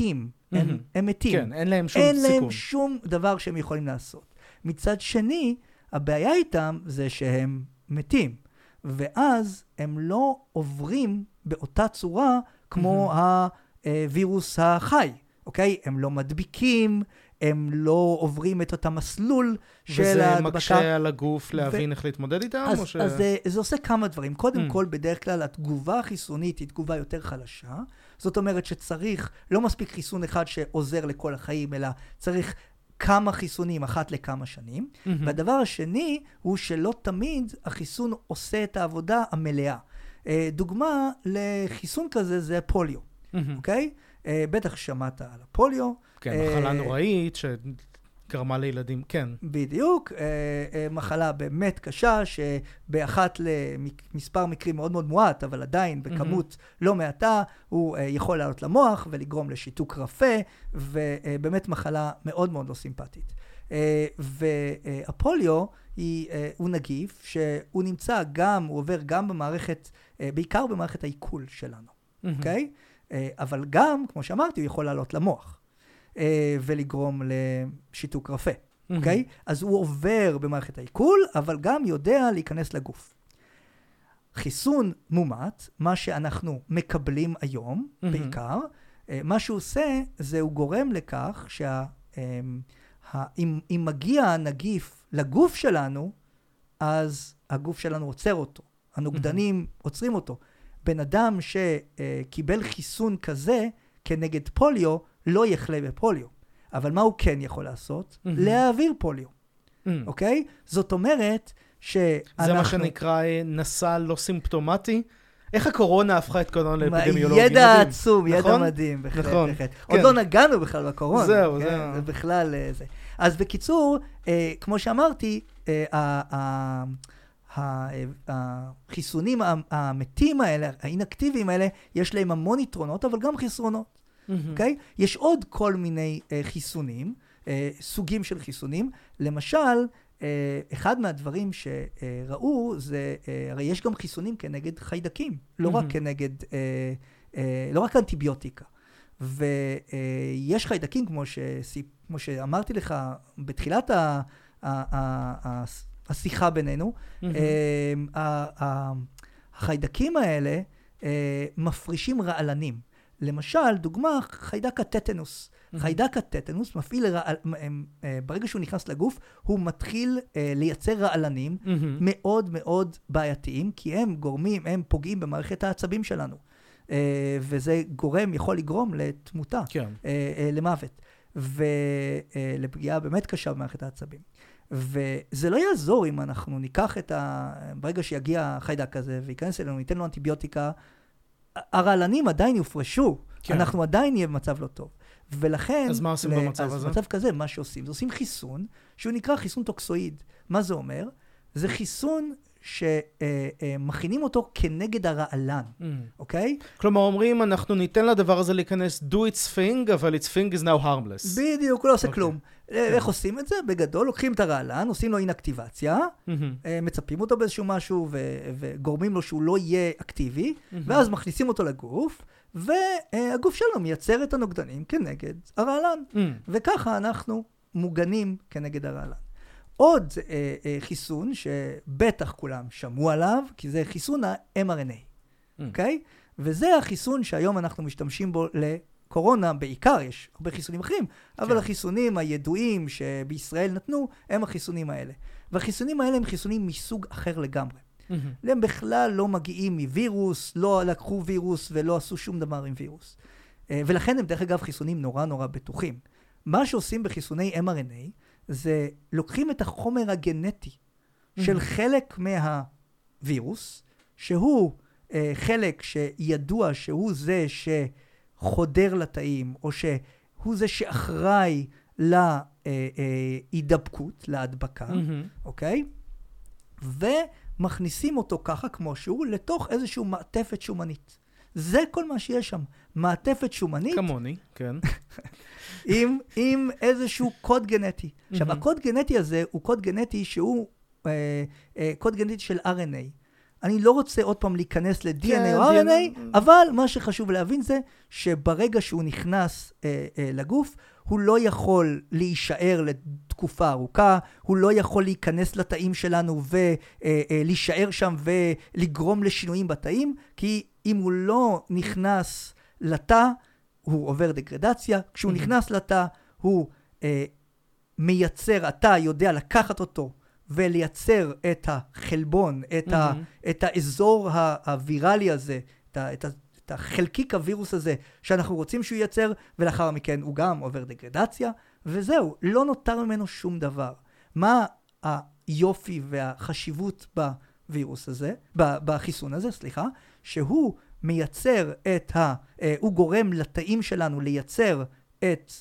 הם, הם מתים. כן, אין להם שום אין סיכון. להם שום דבר שהם יכולים לעשות. מצד שני, הבעיה איתם זה שהם מתים, ואז הם לא עוברים באותה צורה כמו הווירוס החי, אוקיי? הם לא מדביקים, הם לא עוברים את אותה מסלול של ההדבקה. וזה מקשה על הגוף להבין ו... איך להתמודד איתם? אז, או ש... אז זה, זה עושה כמה דברים. קודם mm. כל, בדרך כלל, התגובה החיסונית היא תגובה יותר חלשה. זאת אומרת שצריך, לא מספיק חיסון אחד שעוזר לכל החיים, אלא צריך כמה חיסונים, אחת לכמה שנים. Mm-hmm. והדבר השני הוא שלא תמיד החיסון עושה את העבודה המלאה. דוגמה לחיסון כזה זה פוליו. Mm-hmm. אוקיי? בטח שמעת על הפוליו. כן, מחלה נוראית שגרמה לילדים, כן. בדיוק, מחלה באמת קשה, שבאחת למספר מקרים מאוד מאוד מועט, אבל עדיין בכמות לא מעטה, הוא יכול לעלות למוח ולגרום לשיתוק רפה, ובאמת מחלה מאוד מאוד לא סימפטית. והפוליו הוא נגיף, שהוא נמצא גם, הוא עובר גם במערכת, בעיקר במערכת העיכול שלנו, אוקיי? אבל גם, כמו שאמרתי, הוא יכול לעלות למוח. ולגרום לשיתוק רפה, אוקיי? אז הוא עובר במערכת העיכול, אבל גם יודע להיכנס לגוף. חיסון מומט, מה שאנחנו מקבלים היום, בעיקר, מה שהוא עושה, זה הוא גורם לכך שאם מגיע הנגיף לגוף שלנו, אז הגוף שלנו עוצר אותו. הנוגדנים עוצרים אותו. בן אדם שקיבל חיסון כזה כנגד פוליו, לא יחלה בפוליו. אבל מה הוא כן יכול לעשות? Mm-hmm. להעביר פוליו. Mm-hmm. אוקיי? זאת אומרת שאנחנו... זה מה שנקרא נשא לא סימפטומטי? איך הקורונה הפכה את קורונה לאפידמיולוגיה? ידע עצום, ידע נכון? מדהים. בהחלט, נכון. בהחלט. כן. עוד לא נגענו בכלל בקורונה. זהו, כן? זהו. זה בכלל זה. אז בקיצור, אה, כמו שאמרתי, אה, אה, החיסונים המתים האלה, האינאקטיביים האלה, יש להם המון יתרונות, אבל גם חסרונות. אוקיי? יש עוד כל מיני חיסונים, סוגים של חיסונים. למשל, אחד מהדברים שראו זה, הרי יש גם חיסונים כנגד חיידקים, לא רק כנגד, לא רק אנטיביוטיקה. ויש חיידקים, כמו שאמרתי לך בתחילת השיחה בינינו, החיידקים האלה מפרישים רעלנים. למשל, דוגמה, חיידק הטטנוס. Mm-hmm. חיידק הטטנוס מפעיל, רעל, ברגע שהוא נכנס לגוף, הוא מתחיל לייצר רעלנים mm-hmm. מאוד מאוד בעייתיים, כי הם גורמים, הם פוגעים במערכת העצבים שלנו. וזה גורם, יכול לגרום לתמותה, כן. למוות, ולפגיעה באמת קשה במערכת העצבים. וזה לא יעזור אם אנחנו ניקח את ה... ברגע שיגיע החיידק הזה וייכנס אלינו, ניתן לו אנטיביוטיקה, הרעלנים עדיין יופרשו, כן. אנחנו עדיין נהיה במצב לא טוב. ולכן... אז מה עושים במצב אז הזה? במצב כזה, מה שעושים, זה עושים חיסון, שהוא נקרא חיסון טוקסואיד. מה זה אומר? זה חיסון שמכינים אותו כנגד הרעלן, mm. אוקיי? כלומר, אומרים, אנחנו ניתן לדבר הזה להיכנס do its thing, אבל its thing is now harmless. בדיוק, הוא לא עושה okay. כלום. Okay. איך עושים את זה? בגדול, לוקחים את הרעלן, עושים לו אינאקטיבציה, mm-hmm. מצפים אותו באיזשהו משהו, ו- וגורמים לו שהוא לא יהיה אקטיבי, mm-hmm. ואז מכניסים אותו לגוף, והגוף שלנו מייצר את הנוגדנים כנגד הרעלן. Mm. וככה אנחנו מוגנים כנגד הרעלן. עוד אה, אה, חיסון שבטח כולם שמעו עליו, כי זה חיסון ה-אם אר אן איי, אוקיי? Mm. Okay? וזה החיסון שהיום אנחנו משתמשים בו לקורונה, בעיקר יש הרבה חיסונים אחרים, כן. אבל החיסונים הידועים שבישראל נתנו, הם החיסונים האלה. והחיסונים האלה הם חיסונים מסוג אחר לגמרי. Mm-hmm. הם בכלל לא מגיעים מווירוס, לא לקחו וירוס ולא עשו שום דבר עם וירוס. אה, ולכן הם דרך אגב חיסונים נורא נורא בטוחים. מה שעושים בחיסוני אם אר אן איי, זה לוקחים את החומר הגנטי mm-hmm. של חלק מהווירוס, שהוא אה, חלק שידוע שהוא זה שחודר לתאים, או שהוא זה שאחראי להידבקות, להדבקה, mm-hmm. אוקיי? ומכניסים אותו ככה כמו שהוא לתוך איזושהי מעטפת שומנית. זה כל מה שיש שם. מעטפת שומנית. כמוני, כן. עם, עם איזשהו קוד גנטי. Mm-hmm. עכשיו, הקוד גנטי הזה הוא קוד גנטי שהוא אה, אה, קוד גנטי של אר אן איי. אני לא רוצה עוד פעם להיכנס ל-די אן איי או כן, אר אן איי, אבל מה שחשוב להבין זה שברגע שהוא נכנס אה, אה, לגוף, הוא לא יכול להישאר לתקופה ארוכה, הוא לא יכול להיכנס לתאים שלנו ולהישאר שם ולגרום לשינויים בתאים, כי אם הוא לא נכנס לתא, הוא עובר דגרדציה, כשהוא נכנס לתא, הוא אה, מייצר, התא יודע לקחת אותו, ולייצר את החלבון, את, mm-hmm. ה, את האזור הוויראלי הזה, את, ה, את, ה, את החלקיק הווירוס הזה שאנחנו רוצים שהוא ייצר, ולאחר מכן הוא גם עובר דגרדציה, וזהו, לא נותר ממנו שום דבר. מה היופי והחשיבות בווירוס הזה, בחיסון הזה, סליחה, שהוא מייצר את ה... הוא גורם לתאים שלנו לייצר את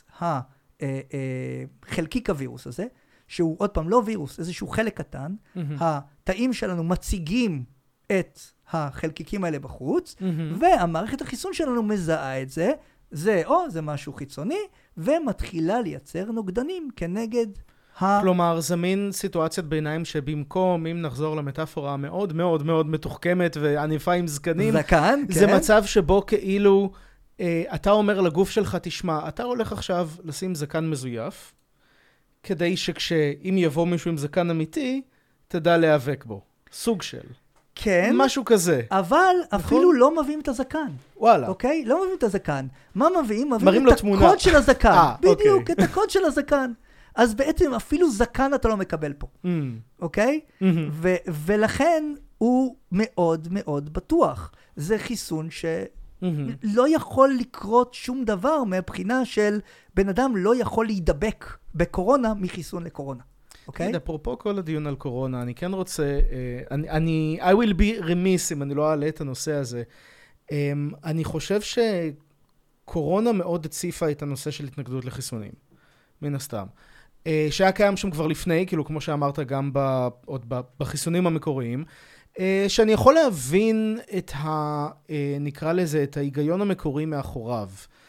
החלקיק הווירוס הזה, שהוא עוד פעם לא וירוס, איזשהו חלק קטן, mm-hmm. התאים שלנו מציגים את החלקיקים האלה בחוץ, mm-hmm. והמערכת החיסון שלנו מזהה את זה, זה או זה משהו חיצוני, ומתחילה לייצר נוגדנים כנגד ה... כלומר, זה מין סיטואציית ביניים שבמקום, אם נחזור למטאפורה מאוד מאוד מאוד מתוחכמת ועניפה עם זקנים, זקן, זה כן. מצב שבו כאילו, אה, אתה אומר לגוף שלך, תשמע, אתה הולך עכשיו לשים זקן מזויף, כדי שכשאם יבוא מישהו עם זקן אמיתי, תדע להיאבק בו. סוג של. כן. משהו כזה. אבל נכון? אפילו לא מביאים את הזקן. וואלה. אוקיי? לא מביאים את הזקן. מה מביאים? מביאים את תמונה. הקוד של הזקן. 아, בדיוק, אוקיי. את הקוד של הזקן. אז בעצם אפילו זקן אתה לא מקבל פה. Mm. אוקיי? Mm-hmm. ו- ולכן הוא מאוד מאוד בטוח. זה חיסון ש... Mm-hmm. לא יכול לקרות שום דבר מבחינה של בן אדם לא יכול להידבק בקורונה מחיסון לקורונה. אוקיי? אפרופו כל הדיון על קורונה, אני כן רוצה, אני, אני, I will be remiss אם אני לא אעלה את הנושא הזה. אני חושב שקורונה מאוד הציפה את הנושא של התנגדות לחיסונים, מן הסתם. שהיה קיים שם כבר לפני, כאילו כמו שאמרת גם ב, עוד בחיסונים המקוריים, שאני יכול להבין את ה... נקרא לזה, את ההיגיון המקורי מאחוריו.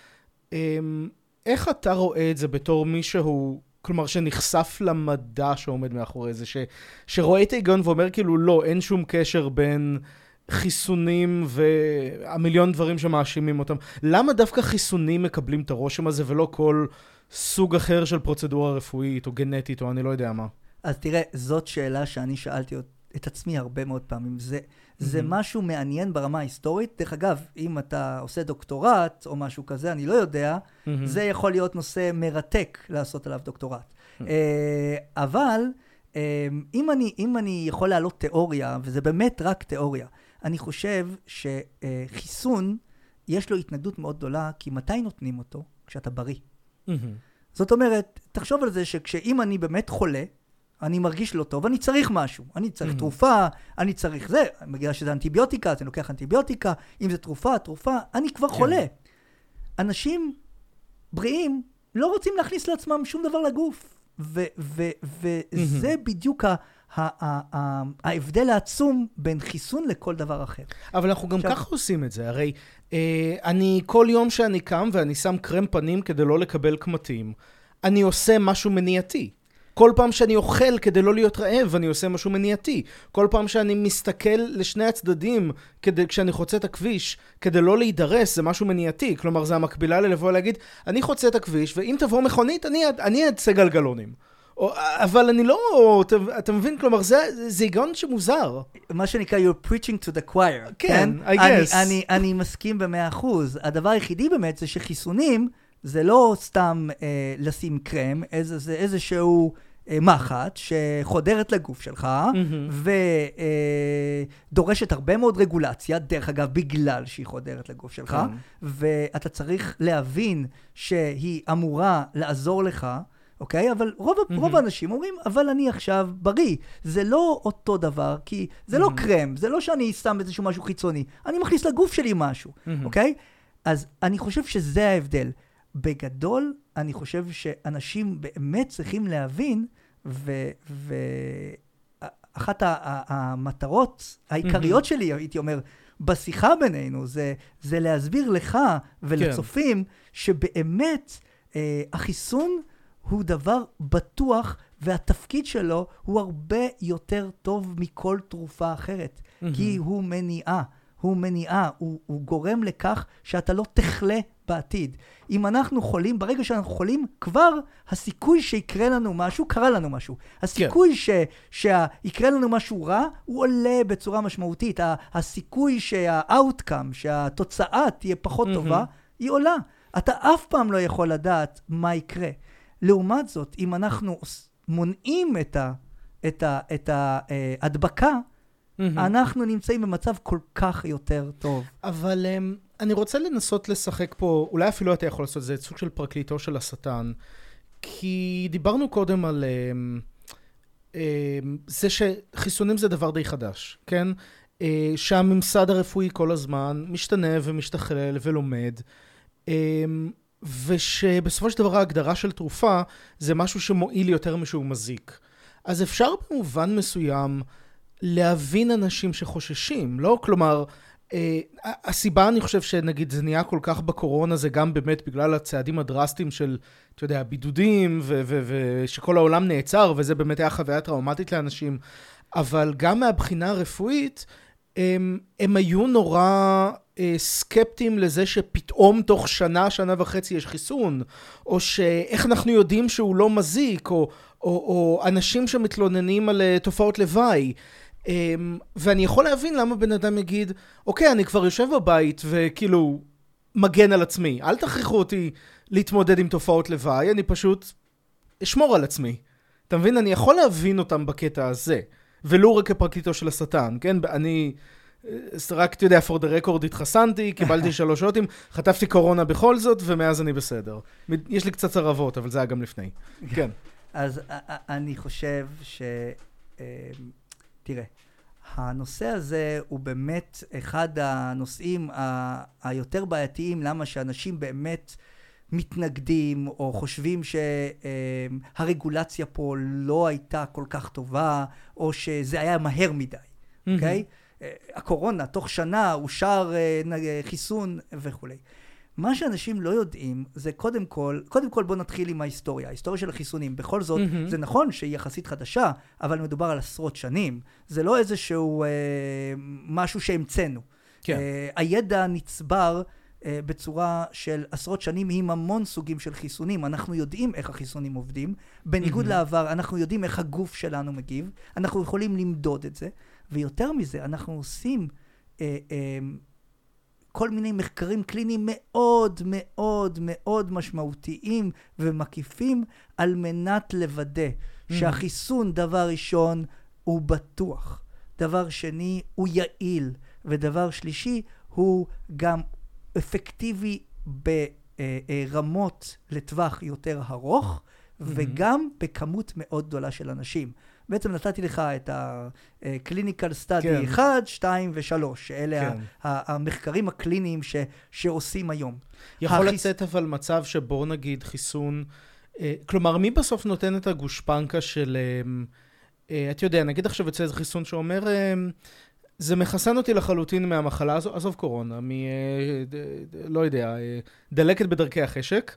איך אתה רואה את זה בתור מישהו, כלומר שנחשף למדע שעומד מאחורי זה, ש, שרואה את ההיגיון ואומר כאילו לא, אין שום קשר בין חיסונים והמיליון דברים שמאשימים אותם. למה דווקא חיסונים מקבלים את הרושם הזה ולא כל סוג אחר של פרוצדורה רפואית או גנטית או אני לא יודע מה? אז תראה, זאת שאלה שאני שאלתי אותה. את עצמי הרבה מאוד פעמים. זה, mm-hmm. זה משהו מעניין ברמה ההיסטורית. דרך אגב, אם אתה עושה דוקטורט או משהו כזה, אני לא יודע, mm-hmm. זה יכול להיות נושא מרתק לעשות עליו דוקטורט. Mm-hmm. אבל אם אני, אם אני יכול להעלות תיאוריה, וזה באמת רק תיאוריה, אני חושב שחיסון יש לו התנגדות מאוד גדולה, כי מתי נותנים אותו? כשאתה בריא. Mm-hmm. זאת אומרת, תחשוב על זה שכשאם אני באמת חולה, אני מרגיש לא טוב, אני צריך משהו. אני צריך mm-hmm. תרופה, אני צריך זה, בגלל שזה אנטיביוטיקה, אז אני לוקח אנטיביוטיקה, אם זה תרופה, תרופה, אני כבר כן. חולה. אנשים בריאים לא רוצים להכניס לעצמם שום דבר לגוף. ו- ו- וזה mm-hmm. בדיוק ה- ה- ה- ה- ההבדל העצום בין חיסון לכל דבר אחר. אבל אנחנו גם עכשיו... ככה עושים את זה. הרי אה, אני כל יום שאני קם ואני שם קרם פנים כדי לא לקבל קמטים, אני עושה משהו מניעתי. כל פעם שאני אוכל כדי לא להיות רעב, אני עושה משהו מניעתי. כל פעם שאני מסתכל לשני הצדדים, כדי, כשאני חוצה את הכביש, כדי לא להידרס, זה משהו מניעתי. כלומר, זה המקבילה ללבוא להגיד, אני חוצה את הכביש, ואם תבוא מכונית, אני, אני אצא גלגלונים. או, אבל אני לא, אתה, אתה מבין? כלומר, זה, זה היגיון שמוזר. מה שנקרא, you're preaching to the choir. כן, כן? I guess. אני, אני, אני מסכים במאה אחוז. הדבר היחידי באמת זה שחיסונים, זה לא סתם אה, לשים קרם, איזה, זה איזשהו אה, מחט שחודרת לגוף שלך, mm-hmm. ודורשת אה, הרבה מאוד רגולציה, דרך אגב, בגלל שהיא חודרת לגוף שלך, mm-hmm. ואתה צריך להבין שהיא אמורה לעזור לך, אוקיי? אבל רוב, mm-hmm. רוב האנשים אומרים, אבל אני עכשיו בריא. זה לא אותו דבר, כי זה mm-hmm. לא קרם, זה לא שאני שם איזשהו משהו חיצוני, אני מכניס לגוף שלי משהו, mm-hmm. אוקיי? אז אני חושב שזה ההבדל. בגדול, אני חושב שאנשים באמת צריכים להבין, ואחת המטרות העיקריות שלי, הייתי אומר, בשיחה בינינו, זה, זה להסביר לך ולצופים, שבאמת החיסון הוא דבר בטוח, והתפקיד שלו הוא הרבה יותר טוב מכל תרופה אחרת, mm-hmm. כי הוא מניעה, הוא מניעה, הוא, הוא גורם לכך שאתה לא תחלה בעתיד. אם אנחנו חולים, ברגע שאנחנו חולים, כבר הסיכוי שיקרה לנו משהו, קרה לנו משהו. הסיכוי ש, שיקרה לנו משהו רע, הוא עולה בצורה משמעותית. הסיכוי שהאוטקאם, שהתוצאה תהיה פחות mm-hmm. טובה, היא עולה. אתה אף פעם לא יכול לדעת מה יקרה. לעומת זאת, אם אנחנו מונעים את ה, את ה, את ההדבקה, mm-hmm. אנחנו נמצאים במצב כל כך יותר טוב. אבל um, אני רוצה לנסות לשחק פה, אולי אפילו אתה יכול לעשות, זה סוג של פרקליטו של השטן, כי דיברנו קודם על um, um, זה שחיסונים זה דבר די חדש, כן? Uh, שהממסד הרפואי כל הזמן משתנה ומשתכלל ולומד, um, ושבסופו של דבר ההגדרה של תרופה זה משהו שמועיל יותר משהו מזיק. אז אפשר במובן מסוים להבין אנשים שחוששים, לא? כלומר, אה, הסיבה אני חושב שנגיד זה נהיה כל כך בקורונה זה גם באמת בגלל הצעדים הדרסטיים של, אתה יודע, בידודים ושכל העולם נעצר, וזה באמת היה חוויה טראומטית לאנשים, אבל גם מהבחינה הרפואית, הם, הם היו נורא אה, סקפטיים לזה שפתאום תוך שנה, שנה וחצי יש חיסון, או שאיך אנחנו יודעים שהוא לא מזיק, או, או, או אנשים שמתלוננים על uh, תופעות לוואי. Um, ואני יכול להבין למה בן אדם יגיד, אוקיי, אני כבר יושב בבית וכאילו מגן על עצמי. אל תכריחו אותי להתמודד עם תופעות לוואי, אני פשוט אשמור על עצמי. אתה מבין? אני יכול להבין אותם בקטע הזה. ולא רק כפרקליטו של השטן, כן? אני רק, אתה יודע, for the record התחסנתי, קיבלתי שלוש שותים, חטפתי קורונה בכל זאת, ומאז אני בסדר. יש לי קצת צרבות, אבל זה היה גם לפני. כן. אז אני חושב ש... תראה, הנושא הזה הוא באמת אחד הנושאים היותר בעייתיים, למה שאנשים באמת מתנגדים או חושבים שהרגולציה פה לא הייתה כל כך טובה, או שזה היה מהר מדי, אוקיי? הקורונה, תוך שנה אושר חיסון וכו'. מה שאנשים לא יודעים זה קודם כל, קודם כל בוא נתחיל עם ההיסטוריה, ההיסטוריה של החיסונים. בכל זאת, mm-hmm. זה נכון שהיא יחסית חדשה, אבל מדובר על עשרות שנים. זה לא איזשהו אה, משהו שהמצאנו. כן. אה, הידע נצבר אה, בצורה של עשרות שנים עם המון סוגים של חיסונים. אנחנו יודעים איך החיסונים עובדים. בניגוד mm-hmm. לעבר, אנחנו יודעים איך הגוף שלנו מגיב. אנחנו יכולים למדוד את זה. ויותר מזה, אנחנו עושים... אה, אה, כל מיני מחקרים קליניים מאוד מאוד מאוד משמעותיים ומקיפים על מנת לוודא mm. שהחיסון דבר ראשון הוא בטוח, דבר שני הוא יעיל, ודבר שלישי הוא גם אפקטיבי ברמות לטווח יותר ארוך, mm-hmm. וגם בכמות מאוד גדולה של אנשים. בעצם נתתי לך את ה-clinical study אחד, שתיים ושלוש, שאלה המחקרים הקליניים שעושים היום. יכול לצאת אבל מצב שבו נגיד חיסון, כלומר מי בסוף נותן את הגושפנקה של, את יודע, נגיד עכשיו יוצא איזה חיסון שאומר, זה מחסן אותי לחלוטין מהמחלה הזו, עזוב קורונה, מ... לא יודע, דלקת בדרכי החשק,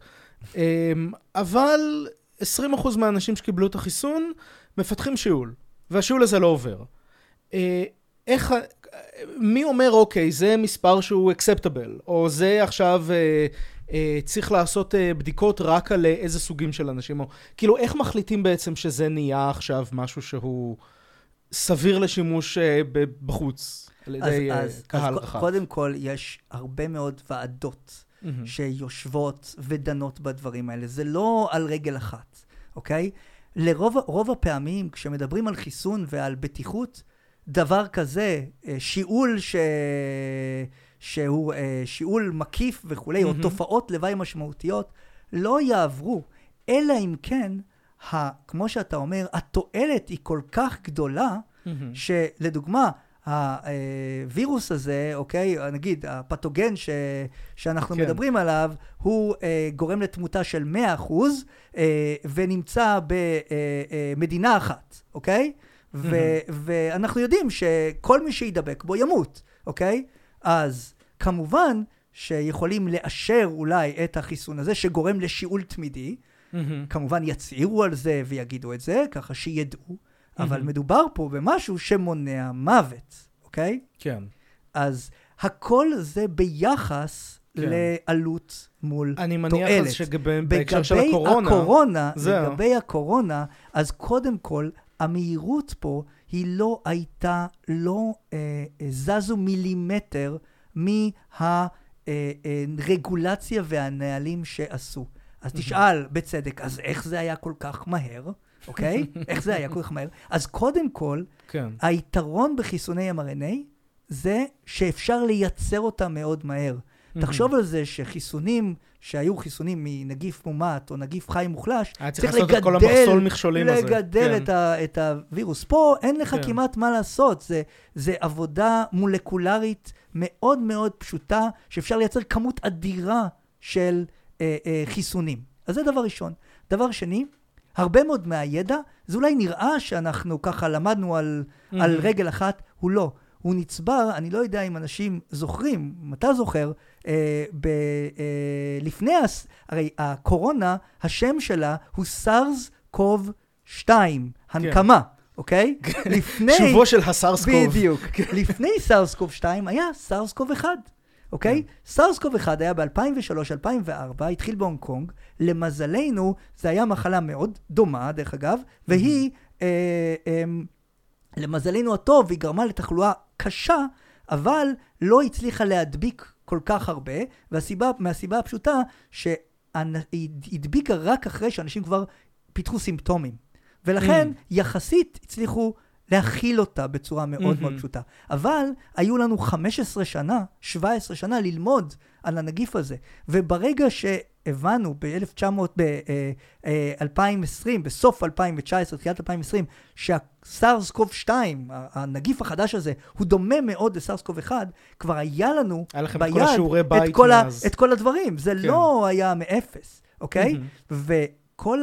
אבל עשרים אחוז מהאנשים שקיבלו את החיסון, מפתחים שיעול, והשיעול הזה לא עובר. איך, מי אומר, אוקיי, זה מספר שהוא acceptable, או זה עכשיו צריך לעשות בדיקות רק על איזה סוגים של אנשים, או כאילו, איך מחליטים בעצם שזה נהיה עכשיו משהו שהוא סביר לשימוש בחוץ, על ידי קהל רחב? קודם כל, יש הרבה מאוד ועדות שיושבות ודנות בדברים האלה. זה לא על רגל אחת, אוקיי? לרוב רוב הפעמים, כשמדברים על חיסון ועל בטיחות, דבר כזה, שיעול ש... שהוא שיעול מקיף וכולי, mm-hmm. או תופעות לוואי משמעותיות, לא יעברו, אלא אם כן, ה... כמו שאתה אומר, התועלת היא כל כך גדולה, mm-hmm. שלדוגמה, הווירוס הזה, אוקיי, נגיד, הפתוגן ש... שאנחנו כן. מדברים עליו, הוא אה, גורם לתמותה של מאה אחוז, אה, ונמצא במדינה אה, אחת, אוקיי? Mm-hmm. ו... ואנחנו יודעים שכל מי שידבק בו ימות, אוקיי? אז כמובן שיכולים לאשר אולי את החיסון הזה, שגורם לשיעול תמידי, כמובן יצעירו על זה ויגידו את זה, ככה שידעו, אבל מדובר פה במשהו שמונע מוות, אוקיי? כן. אז הכל זה ביחס לעלות מול תועלת. אני מניח שבהקשר של הקורונה, הקורונה לגבי הקורונה, אז קודם כל, המהירות פה היא לא הייתה, לא אה, זזו מילימטר מהרגולציה והנהלים שעשו. אז תשאל בצדק, אז איך זה היה כל כך מהר? אוקיי? איך זה היה כל כך מהר? אז קודם כל, כן. היתרון בחיסוני אם אר אן איי זה שאפשר לייצר אותם מאוד מהר. תחשוב על זה שחיסונים שהיו חיסונים מנגיף מומת או נגיף חי מוחלש, צריך לעשות את כל המחסול מכשולים הזה. לגדל את, ה, את הווירוס. פה אין לך כמעט מה לעשות. זה, זה עבודה מולקולרית מאוד מאוד פשוטה, שאפשר לייצר כמות אדירה של אה, אה, חיסונים. אז זה דבר ראשון. דבר שני, הרבה מאוד מהידע, זה אולי נראה שאנחנו ככה למדנו על, על רגל אחת, הוא לא. הוא נצבר, אני לא יודע אם אנשים זוכרים, אם אתה זוכר, אה, ב, אה, לפני, הרי הקורונה, השם שלה הוא סארס קוב שתיים, הנקמה, אוקיי? לפני... שובו של הסארס קוב. בדיוק. לפני סארס קוב שתיים היה סארס קוב אחד, אוקיי? סארס קוב אחד היה ב-אלפיים ושלוש אלפיים וארבע, התחיל בהונג קונג, למזלנו, זה היה מחלה מאוד דומה, דרך אגב, והיא... אה, אה, למזלנו הטוב, היא גרמה לתחלואה קשה, אבל לא הצליחה להדביק כל כך הרבה, והסיבה, מהסיבה הפשוטה, שהיא הדביקה רק אחרי שאנשים כבר פיתחו סימפטומים. ולכן, mm. יחסית הצליחו להכיל אותה בצורה מאוד mm-hmm. מאוד פשוטה. אבל היו לנו חמש עשרה שנה, שבע עשרה שנה ללמוד על הנגיף הזה. וברגע שהבנו ב-אלף תשע מאות, ב-אלפיים ועשרים, בסוף אלפיים תשע עשרה, תחילת אלפיים ועשרים, שהסארס קוב שתיים, הנגיף החדש הזה, הוא דומה מאוד לסארס קוב אחד, כבר היה לנו ביד את כל, ה- את כל הדברים. זה כן. לא היה מאפס, אוקיי? Mm-hmm. וכל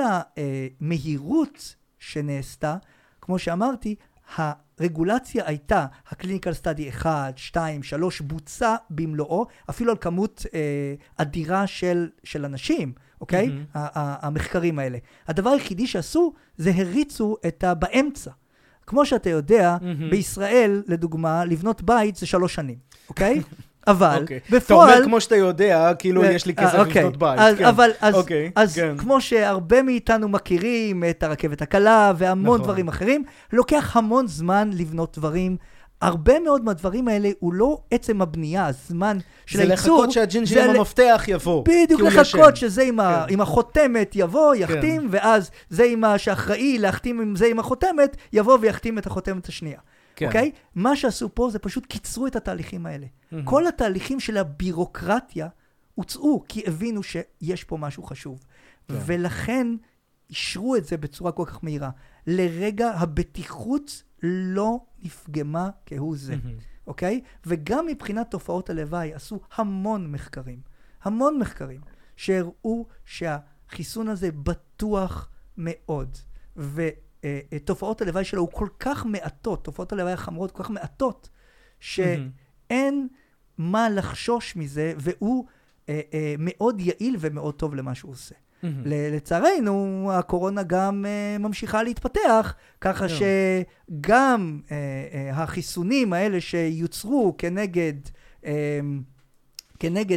המהירות שנעשתה, כמו שאמרתי, הרגולציה הייתה, הקליניקל סטאדי אחד, שתיים, שלוש, בוצע במלואו, אפילו על כמות אה, אדירה של, של אנשים, אוקיי? Mm-hmm. המחקרים האלה. הדבר היחידי שעשו, זה הריצו את ה... באמצע. כמו שאתה יודע, mm-hmm. בישראל, לדוגמה, לבנות בית זה שלוש שנים, אוקיי? אבל okay. בפועל... אתה אומר כמו שאתה יודע, כאילו יש לי כסף okay. לבנות בית. אז, כן. אבל אז, okay. אז כן. כמו שהרבה מאיתנו מכירים את הרכבת הקלה והמון נכון. דברים אחרים, לוקח המון זמן לבנות דברים. הרבה מאוד מהדברים האלה הוא לא עצם הבנייה, הזמן של זה הייצור. לחכות שהג'ינג'י עם המפתח יבוא. בדיוק לחכות שזה עם, כן. ה, עם החותמת יבוא, יחתים, כן. ואז זה עם שאחראי להחתים עם זה עם החותמת, יבוא ויחתים את החותמת השנייה. כן. אוקיי? מה שעשו פה זה פשוט קיצרו את התהליכים האלה. Mm-hmm. כל התהליכים של הבירוקרטיה הוצאו, כי הבינו שיש פה משהו חשוב. כן. ולכן אישרו את זה בצורה כל כך מהירה. לרגע הבטיחות לא נפגמה כהוא זה. Mm-hmm. אוקיי? וגם מבחינת תופעות הלוואי עשו המון מחקרים. המון מחקרים שהראו שהחיסון הזה בטוח מאוד. ו... תופעות הלוואי שלו הוא כל כך מעטות, תופעות הלוואי החמורות כל כך מעטות, שאין מה לחשוש מזה, והוא אה, אה, מאוד יעיל ומאוד טוב למה שהוא עושה. לצערנו, הקורונה גם אה, ממשיכה להתפתח, ככה שגם אה, אה, החיסונים האלה שיוצרו כנגד, אה, כנגד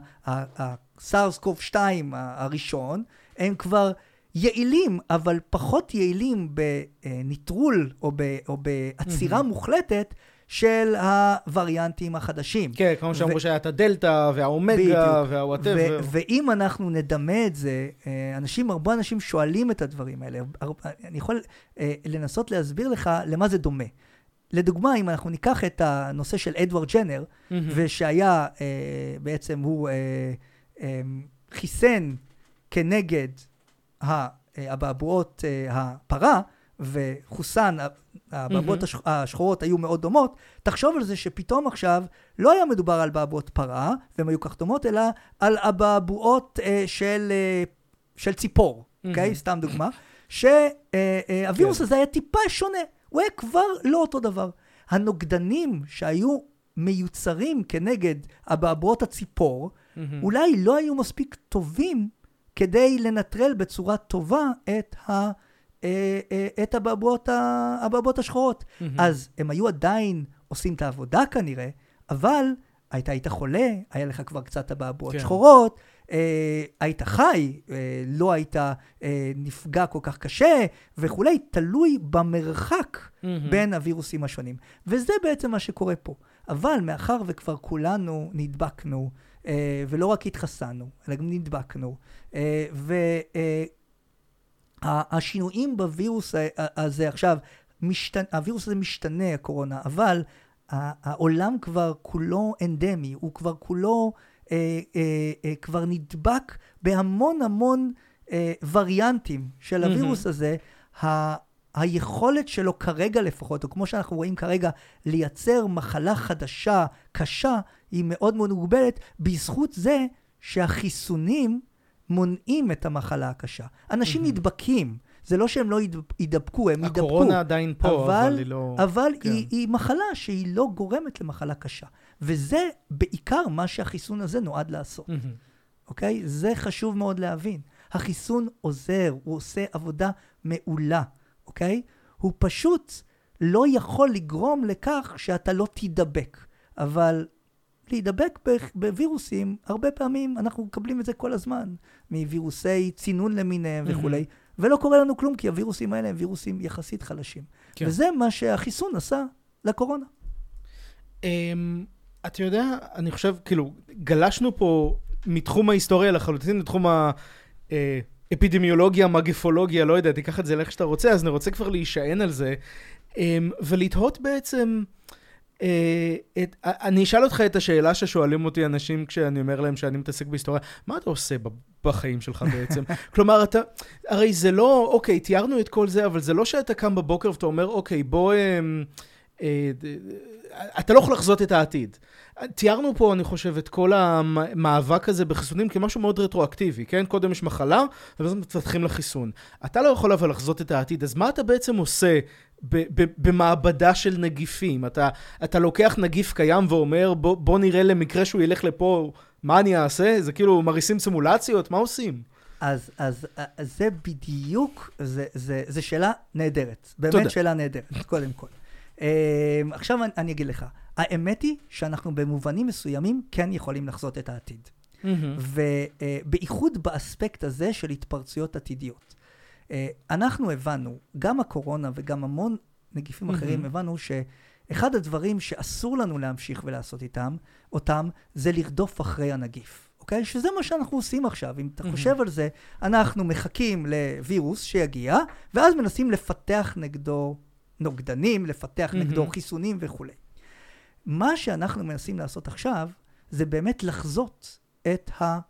הסארס קוב שתיים הראשון, הם כבר יעילים, אבל פחות יעילים בניטרול או, ב, או בעצירה mm-hmm. מוחלטת של הווריאנטים החדשים. כן, כמו שאמרו שהיה את הדלטה והאומגה והוואטאבר. ואם אנחנו נדמה את זה, אנשים, הרבה אנשים שואלים את הדברים האלה. אני יכול לנסות להסביר לך למה זה דומה. לדוגמה, אם אנחנו ניקח את הנושא של אדוארד ג'נר, mm-hmm. ושהיה בעצם הוא חיסן כנגד הבעבועות הפרה, וחוסן, הבעבועות mm-hmm. השחורות היו מאוד דומות, תחשוב על זה שפתאום עכשיו לא היה מדובר על בעבועות פרה, והן היו כך דומות, אלא על הבעבועות של, של ציפור, mm-hmm. okay? סתם דוגמה, שהווירוס הזה היה טיפה שונה, הוא היה כבר לא אותו דבר. הנוגדנים שהיו מיוצרים כנגד הבעבועות הציפור, mm-hmm. אולי לא היו מספיק טובים כדי לנטרל בצורה טובה את ה... את הבעבועות, הבעבועות השחורות. Mm-hmm. אז הם היו עדיין עושים את העבודה כנראה, אבל היית, היית חולה, היה לך כבר קצת הבעבועות כן. שחורות, אה, היית חי, אה, לא היית אה, נפגע כל כך קשה, וכולי, תלוי במרחק mm-hmm. בין הווירוסים השונים. וזה בעצם מה שקורה פה. אבל מאחר וכבר כולנו נדבקנו, אה, ולא רק התחסנו, אלא גם נדבקנו, אה, ו... אה, השינויים בווירוס הזה עכשיו, משתנה, הווירוס הזה משתנה, הקורונה, אבל העולם כבר כולו אנדמי, הוא כבר כולו אה, אה, אה, כבר נדבק בהמון המון אה, וריאנטים של הווירוס mm-hmm. הזה. ה, היכולת שלו כרגע לפחות, או כמו שאנחנו רואים כרגע, לייצר מחלה חדשה, קשה, היא מאוד מאוד מוגבלת, בזכות זה שהחיסונים מונעים את המחלה הקשה. אנשים mm-hmm. נדבקים. זה לא שהם לא ידבקו, הם ידבקו. הקורונה עדיין פה, אבל, אבל היא לא... אבל כן. היא, היא מחלה שהיא לא גורמת למחלה קשה. וזה בעיקר מה שהחיסון הזה נועד לעשות. Mm-hmm. אוקיי? זה חשוב מאוד להבין. החיסון עוזר, הוא עושה עבודה מעולה. אוקיי? הוא פשוט לא יכול לגרום לכך שאתה לא תדבק. אבל... להידבק בווירוסים, הרבה פעמים אנחנו מקבלים את זה כל הזמן, מווירוסי צינון למיניהם וכו', ולא קורה לנו כלום, כי הווירוסים האלה הם וירוסים יחסית חלשים. כן. וזה מה שהחיסון עשה לקורונה. אתה יודע, אני חושב, כאילו, גלשנו פה מתחום ההיסטוריה לחלוטין, לתחום האפידמיולוגיה, מגפולוגיה, לא יודע, תיקח את זה לאיך שאתה רוצה, אז אני רוצה כבר להישען על זה, ולתהות בעצם... Uh, את, אני אשאל אותך את השאלה ששואלים אותי אנשים כשאני אומר להם שאני מתעסק בהיסטוריה, מה אתה עושה בחיים שלך בעצם? כלומר, אתה, הרי זה לא, אוקיי, תיארנו את כל זה, אבל זה לא שאתה קם בבוקר ואתה אומר, אוקיי, בוא, uh, uh, uh, אתה לא יכול לחזות את העתיד. תיארנו פה, אני חושב, את כל המאבק הזה בחיסונים כמשהו מאוד רטרואקטיבי, כן? קודם יש מחלה, ואז מתפתחים לחיסון. אתה לא יכול אבל לחזות את העתיד, אז מה אתה בעצם עושה ב- ב- במעבדה של נגיפים? אתה, אתה לוקח נגיף קיים ואומר, בוא, בוא נראה למקרה שהוא ילך לפה, מה אני אעשה? זה כאילו מריסים סימולציות, מה עושים? אז, אז, אז זה בדיוק, זה, זה, זה שאלה נהדרת. באמת תודה. שאלה נהדרת, קודם כל. עכשיו אני, אני אגיד לך, האמת היא שאנחנו במובנים מסוימים כן יכולים לחזות את העתיד. Mm-hmm. ובייחוד באספקט הזה של התפרצויות עתידיות. אנחנו הבנו, גם הקורונה וגם המון נגיפים mm-hmm. אחרים, הבנו שאחד הדברים שאסור לנו להמשיך ולעשות איתם, אותם, זה לרדוף אחרי הנגיף. אוקיי? שזה מה שאנחנו עושים עכשיו. אם אתה mm-hmm. חושב על זה, אנחנו מחכים לווירוס שיגיע, ואז מנסים לפתח נגדו נוגדנים, לפתח mm-hmm. נגדו חיסונים וכו'. מה שאנחנו מנסים לעשות עכשיו, זה באמת לחזות את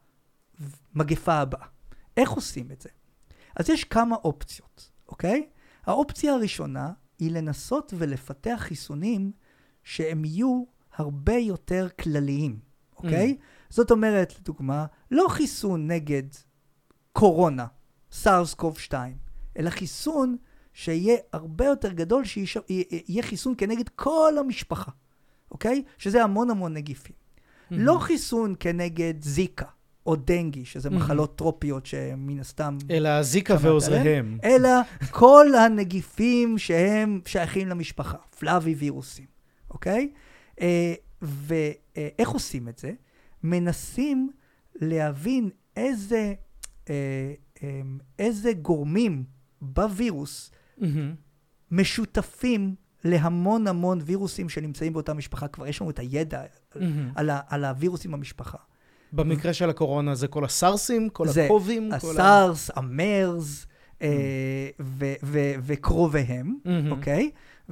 המגפה הבאה. איך עושים את זה? אז יש כמה אופציות, אוקיי? האופציה הראשונה היא לנסות ולפתח חיסונים שהם יהיו הרבה יותר כלליים, אוקיי? Mm. זאת אומרת, לדוגמה, לא חיסון נגד קורונה, סארס קוב שתיים, אלא חיסון שיהיה הרבה יותר גדול, שיהיה חיסון כנגד כל המשפחה, אוקיי? שזה המון המון נגיפים. Mm-hmm. לא חיסון כנגד זיקה או דנגי, שזה mm-hmm. מחלות טרופיות שמן הסתם... אלא זיקה ועוזריהם. אלא כל הנגיפים שהם שייכים למשפחה, פלאבי וירוסים, אוקיי? אה, ואיך עושים את זה? מנסים להבין איזה, אה, אה, איזה גורמים בווירוס mm-hmm. משותפים להמון המון וירוסים שנמצאים באותה משפחה. כבר יש לנו את הידע mm-hmm. על, ה, על הווירוסים במשפחה. במקרה של הקורונה זה כל הסארסים, כל זה הקובים? הסארס, כל המרס mm-hmm. אה, ו, ו, וקרוביהם, mm-hmm. אוקיי?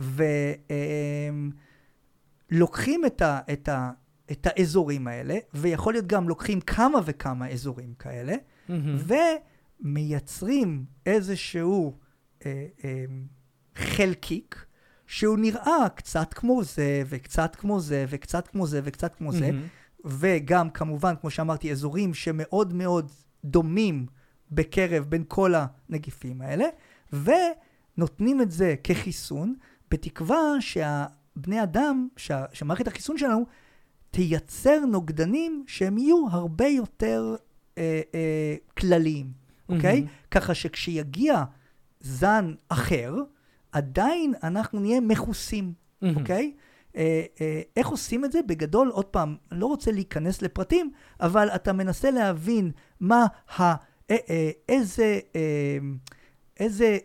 ולוקחים את, ה, את, ה, את האזורים האלה, ויכול להיות גם לוקחים כמה וכמה אזורים כאלה, mm-hmm. ומייצרים איזשהו אה, אה, חלקיק, שהוא נראה קצת כמו זה, וקצת כמו זה, וקצת כמו זה, וקצת כמו זה, mm-hmm. וגם כמובן, כמו שאמרתי, אזורים שמאוד מאוד דומים בקרב בין כל הנגיפים האלה, ונותנים את זה כחיסון, בתקווה שהבני אדם, שה, שמערכת החיסון שלנו, תייצר נוגדנים שהם יהיו הרבה יותר אה, אה, כלליים, אוקיי? Mm-hmm. ככה שכשיגיע זן אחר, עדיין אנחנו נהיה מכוסים, mm-hmm. אוקיי? אה, אה, איך עושים את זה? בגדול, עוד פעם, אני לא רוצה להיכנס לפרטים, אבל אתה מנסה להבין מה ה... אה, אה, איזה... אה, איזה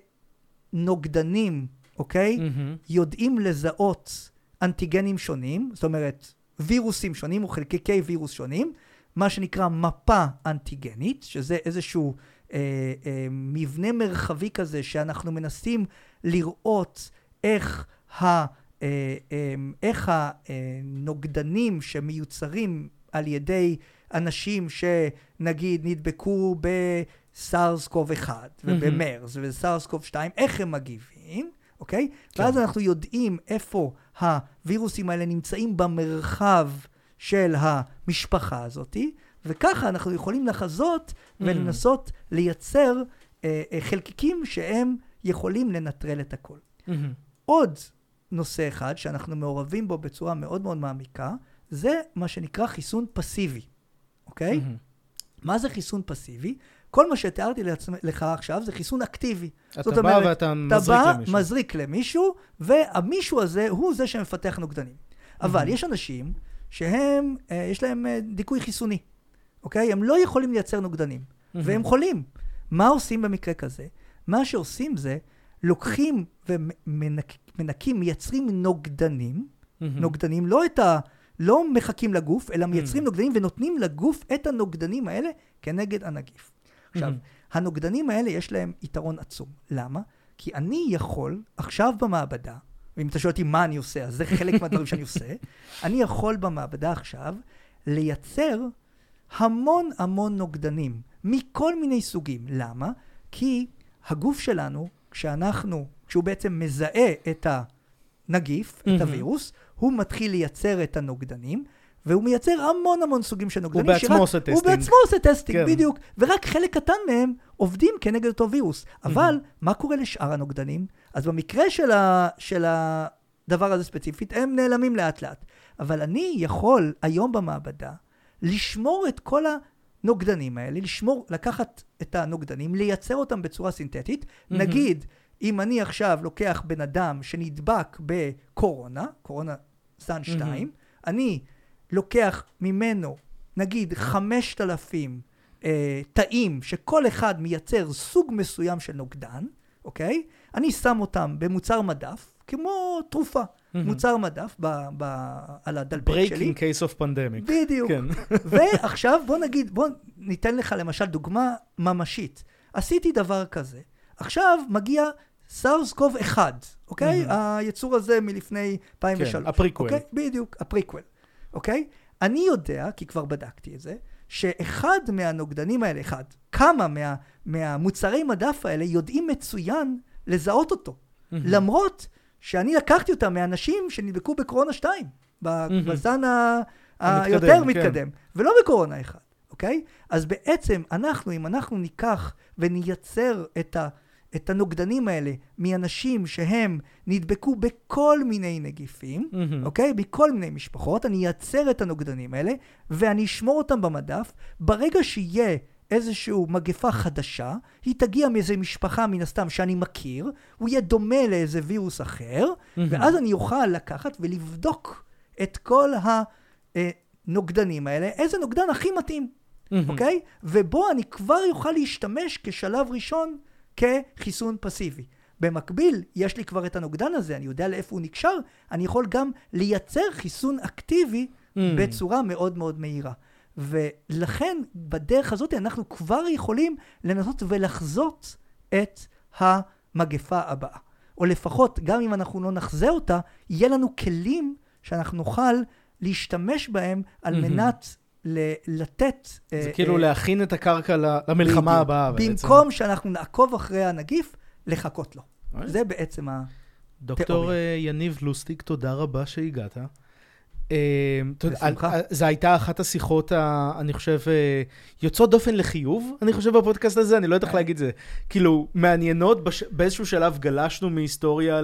נוגדנים, אוקיי? Mm-hmm. יודעים לזהות אנטיגנים שונים, זאת אומרת, וירוסים שונים או חלקיקי וירוס שונים, מה שנקרא מפה אנטיגנית, שזה איזשהו אה, אה, מבנה מרחבי כזה, שאנחנו מנסים לראות איך, ה, אה, אה, איך הנוגדנים שמיוצרים על ידי אנשים שנגיד נדבקו בסארס קוב אחד, mm-hmm. ובמרס ובסארס קוב שתיים, איך הם מגיבים, אוקיי? כן. ואז אנחנו יודעים איפה הווירוסים האלה נמצאים במרחב של המשפחה הזאת, וככה אנחנו יכולים לחזות mm-hmm. ולנסות לייצר אה, אה, חלקיקים שהם יכולים לנטרל את הכל. Mm-hmm. עוד נושא אחד שאנחנו מעורבים בו בצורה מאוד מאוד מעמיקה, זה מה שנקרא חיסון פסיבי, אוקיי? Mm-hmm. מה זה חיסון פסיבי? כל מה שתיארתי לעצמ... לך עכשיו זה חיסון אקטיבי. אתה בא אומרת, ואתה מזריק בא, למישהו. מזריק למישהו, והמישהו הזה הוא זה שמפתח נוגדנים. Mm-hmm. אבל יש אנשים שהם, יש להם דיכוי חיסוני, אוקיי? הם לא יכולים לייצר נוגדנים, mm-hmm. והם חולים. מה עושים במקרה כזה? מה שעושים זה, לוקחים ומנקים, מייצרים נוגדנים, mm-hmm. נוגדנים, לא את ה... לא מחכים לגוף, אלא מייצרים mm-hmm. נוגדנים ונותנים לגוף את הנוגדנים האלה כנגד הנגיף. עכשיו, mm-hmm. הנוגדנים האלה יש להם יתרון עצום. למה? כי אני יכול, עכשיו במעבדה, ואם אתה שואל אותי מה אני עושה, אז זה חלק מהדברים שאני עושה, אני יכול במעבדה עכשיו לייצר המון המון נוגדנים, מכל מיני סוגים. למה? כי הגוף שלנו, כשאנחנו, כשהוא בעצם מזהה את הנגיף, mm-hmm. את הווירוס, הוא מתחיל לייצר את הנוגדנים, והוא מייצר המון המון סוגים של נוגדנים. הוא בעצמו שרק, עושה טסטינג. הוא בעצמו עושה טסטינג, כן. בדיוק. ורק חלק קטן מהם עובדים כנגד אותו וירוס. אבל mm-hmm. מה קורה לשאר הנוגדנים? אז במקרה של, ה, של הדבר הזה ספציפית, הם נעלמים לאט לאט. אבל אני יכול היום במעבדה לשמור את כל הנוגדנים האלה, לשמור, לקחת את הנוגדנים, לייצר אותם בצורה סינתטית. Mm-hmm. נגיד, אם אני עכשיו לוקח בן אדם שנדבק בקורונה, קורונה זן שתיים, mm-hmm. אני לוקח ממנו, נגיד, חמשת אלפים אה, תאים, שכל אחד מייצר סוג מסוים של נוגדן, אוקיי? אני שם אותם במוצר מדף, כמו תרופה, mm-hmm. מוצר מדף ב, ב, על הדלפק שלי. Break in case of pandemic. בדיוק. כן. ועכשיו בוא נגיד, בוא ניתן לך למשל דוגמה ממשית. עשיתי דבר כזה. עכשיו מגיע סארס קוב אחד, אוקיי? Mm-hmm. היצור הזה מלפני אלפיים ושלוש. כן, הפריקוול. אוקיי? בדיוק, הפריקוול. אוקיי? אני יודע, כי כבר בדקתי את זה, שאחד מהנוגדנים האלה, אחד, כמה מה, מהמוצרי מדף האלה יודעים מצוין לזהות אותו. Mm-hmm. למרות שאני לקחתי אותם מאנשים שנדבקו בקורונה שתיים, בזן mm-hmm. היותר מתקדם, כן. ולא בקורונה אחד. אוקיי? אז בעצם אנחנו, אם אנחנו ניקח ונייצר את ה... את הנוגדנים האלה מאנשים שהם נדבקו בכל מיני נגיפים, mm-hmm. אוקיי? בכל מיני משפחות, אני אייצר את הנוגדנים האלה, ואני אשמור אותם במדף. ברגע שיהיה איזושהי מגפה חדשה, היא תגיע מאיזו משפחה מן הסתם שאני מכיר, הוא יהיה דומה לאיזה וירוס אחר, mm-hmm. ואז אני אוכל לקחת ולבדוק את כל הנוגדנים האלה, איזה נוגדן הכי מתאים, mm-hmm. אוקיי? ובו אני כבר יוכל להשתמש כשלב ראשון, כחיסון פסיבי. במקביל, יש לי כבר את הנוגדן הזה, אני יודע לאיפה הוא נקשר, אני יכול גם לייצר חיסון אקטיבי mm. בצורה מאוד מאוד מהירה. ולכן, בדרך הזאת, אנחנו כבר יכולים לנסות ולחזות את המגפה הבאה. או לפחות, גם אם אנחנו לא נחזה אותה, יהיה לנו כלים שאנחנו נוכל להשתמש בהם על mm-hmm. מנת לתת... זה כאילו להכין את הקרקע למלחמה הבאה. במקום שאנחנו נעקוב אחרי הנגיף, לחכות לו. זה בעצם התיאוריה. דוקטור יניב לוסטיק, תודה רבה שהגעת. זו הייתה אחת השיחות, אני חושב, יוצאות דופן לחיוב, אני חושב בפודקאסט הזה, אני לא יודעת איך להגיד זה. כאילו, מעניינות, באיזשהו שלב גלשנו מהיסטוריה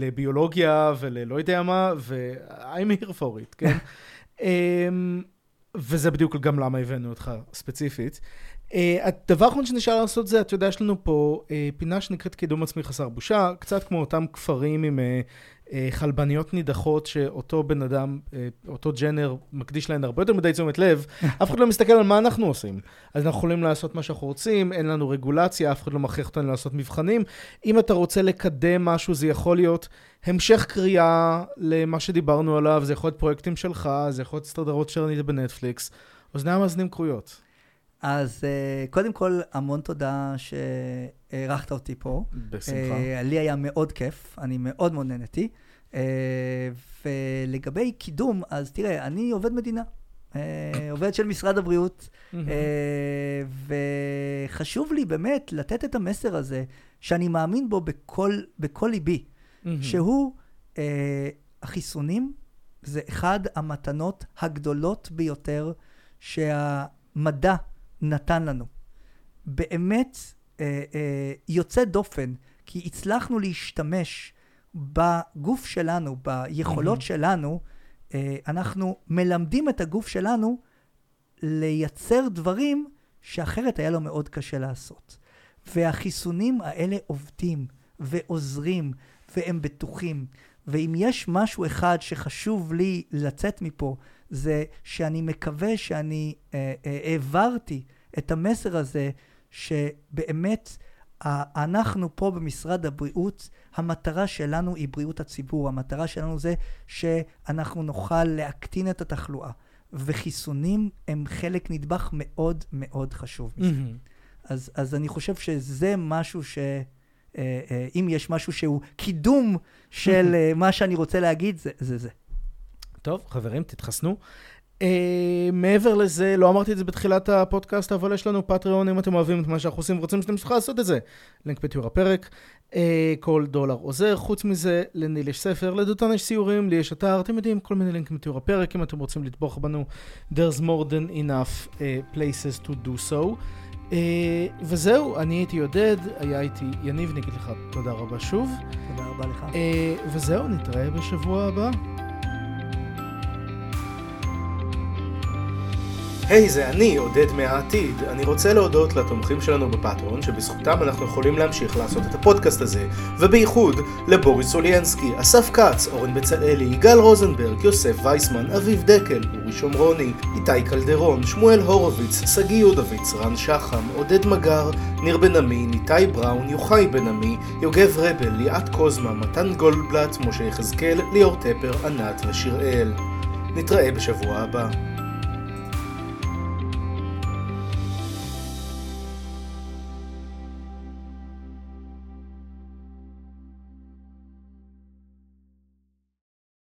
לביולוגיה וללא יודע מה, ו- I'm here for it, כן? וזה בדיוק גם למה הבאנו אותך ספציפית. הדבר האחרון שנשאר לעשות זה, אתה יודע, יש לנו פה פינה שנקראת קידום עצמי חסר בושה, קצת כמו אותם כפרים עם חלבניות נידחות, שאותו בן אדם, אותו ג'נר, מקדיש להן הרבה יותר מדי תשומת לב, אף אחד לא מסתכל על מה אנחנו עושים. אז אנחנו יכולים לעשות מה שאנחנו רוצים, אין לנו רגולציה, אף אחד לא מכריח אותנו לעשות מבחנים. אם אתה רוצה לקדם משהו, זה יכול להיות המשך קריאה למה שדיברנו עליו, זה יכול להיות פרויקטים שלך, זה יכול להיות סטרדרות שרנית בנטפליקס, אוזני המאזנים קרויות. אז קודם כל, המון תודה שערכת אותי פה. בשמחה. לי היה מאוד כיף, אני מאוד מאוד נהנתי. ולגבי קידום, אז תראה, אני עובד מדינה, עובד של משרד הבריאות, וחשוב לי באמת לתת את המסר הזה, שאני מאמין בו בכל, בכל ליבי, שהוא החיסונים, זה אחד המתנות הגדולות ביותר שהמדע נתן לנו. באמת אה, אה, יוצא דופן, כי הצלחנו להשתמש בגוף שלנו, ביכולות mm-hmm. שלנו, אה, אנחנו מלמדים את הגוף שלנו לייצר דברים שאחרת היה לו מאוד קשה לעשות. והחיסונים האלה עובדים ועוזרים והם בטוחים. ואם יש משהו אחד שחשוב לי לצאת מפה, זה שאני מקווה שאני אה, אה, העברתי את המסר הזה, שבאמת אה, אנחנו פה במשרד הבריאות, המטרה שלנו היא בריאות הציבור, המטרה שלנו זה שאנחנו נוכל להקטין את התחלואה, וחיסונים הם חלק נדבך מאוד מאוד חשוב מזה. Mm-hmm. אז, אז אני חושב שזה משהו ש... אם יש משהו שהוא קידום של מה שאני רוצה להגיד, זה זה. זה. טוב, חברים, תתחסנו. Uh, מעבר לזה, לא אמרתי את זה בתחילת הפודקאסט, אבל יש לנו פטריון, אם אתם אוהבים את מה שאנחנו עושים ורוצים שאתם צריכים לעשות את זה. לינק בתיאור הפרק. Uh, כל דולר עוזר. חוץ מזה, לניל יש ספר, לדותן יש סיורים, לי יש אתר, אתם יודעים, כל מיני לינקים בתיאור הפרק, אם אתם רוצים לתבוך בנו, there's more than enough uh, places to do so. Uh, וזהו, אני הייתי יודד, היה איתי יניב, נגיד לך תודה רבה שוב. תודה רבה לך. Uh, וזהו, נתראה בשבוע הבא. היי, hey, זה אני, עודד מהעתיד. אני רוצה להודות לתומכים שלנו בפטריון, שבזכותם אנחנו יכולים להמשיך לעשות את הפודקאסט הזה, ובייחוד לבוריס סוליינסקי, אסף קץ, אורן בצלאלי, יגאל רוזנברג, יוסף וייסמן, אביב דקל, אורי שומרוני, איתי קלדרון, שמואל הורוביץ, סגי יודוביץ, רן שחם, עודד מגר, ניר בן עמי, ניתי בראון, יוחאי בן עמי, יוגב רבל, ליאת קוזמה, מתן גולדבלט, משה יחזקאל, ליאור טפר, ענת ושיראל. נתראה בשבוע הבא.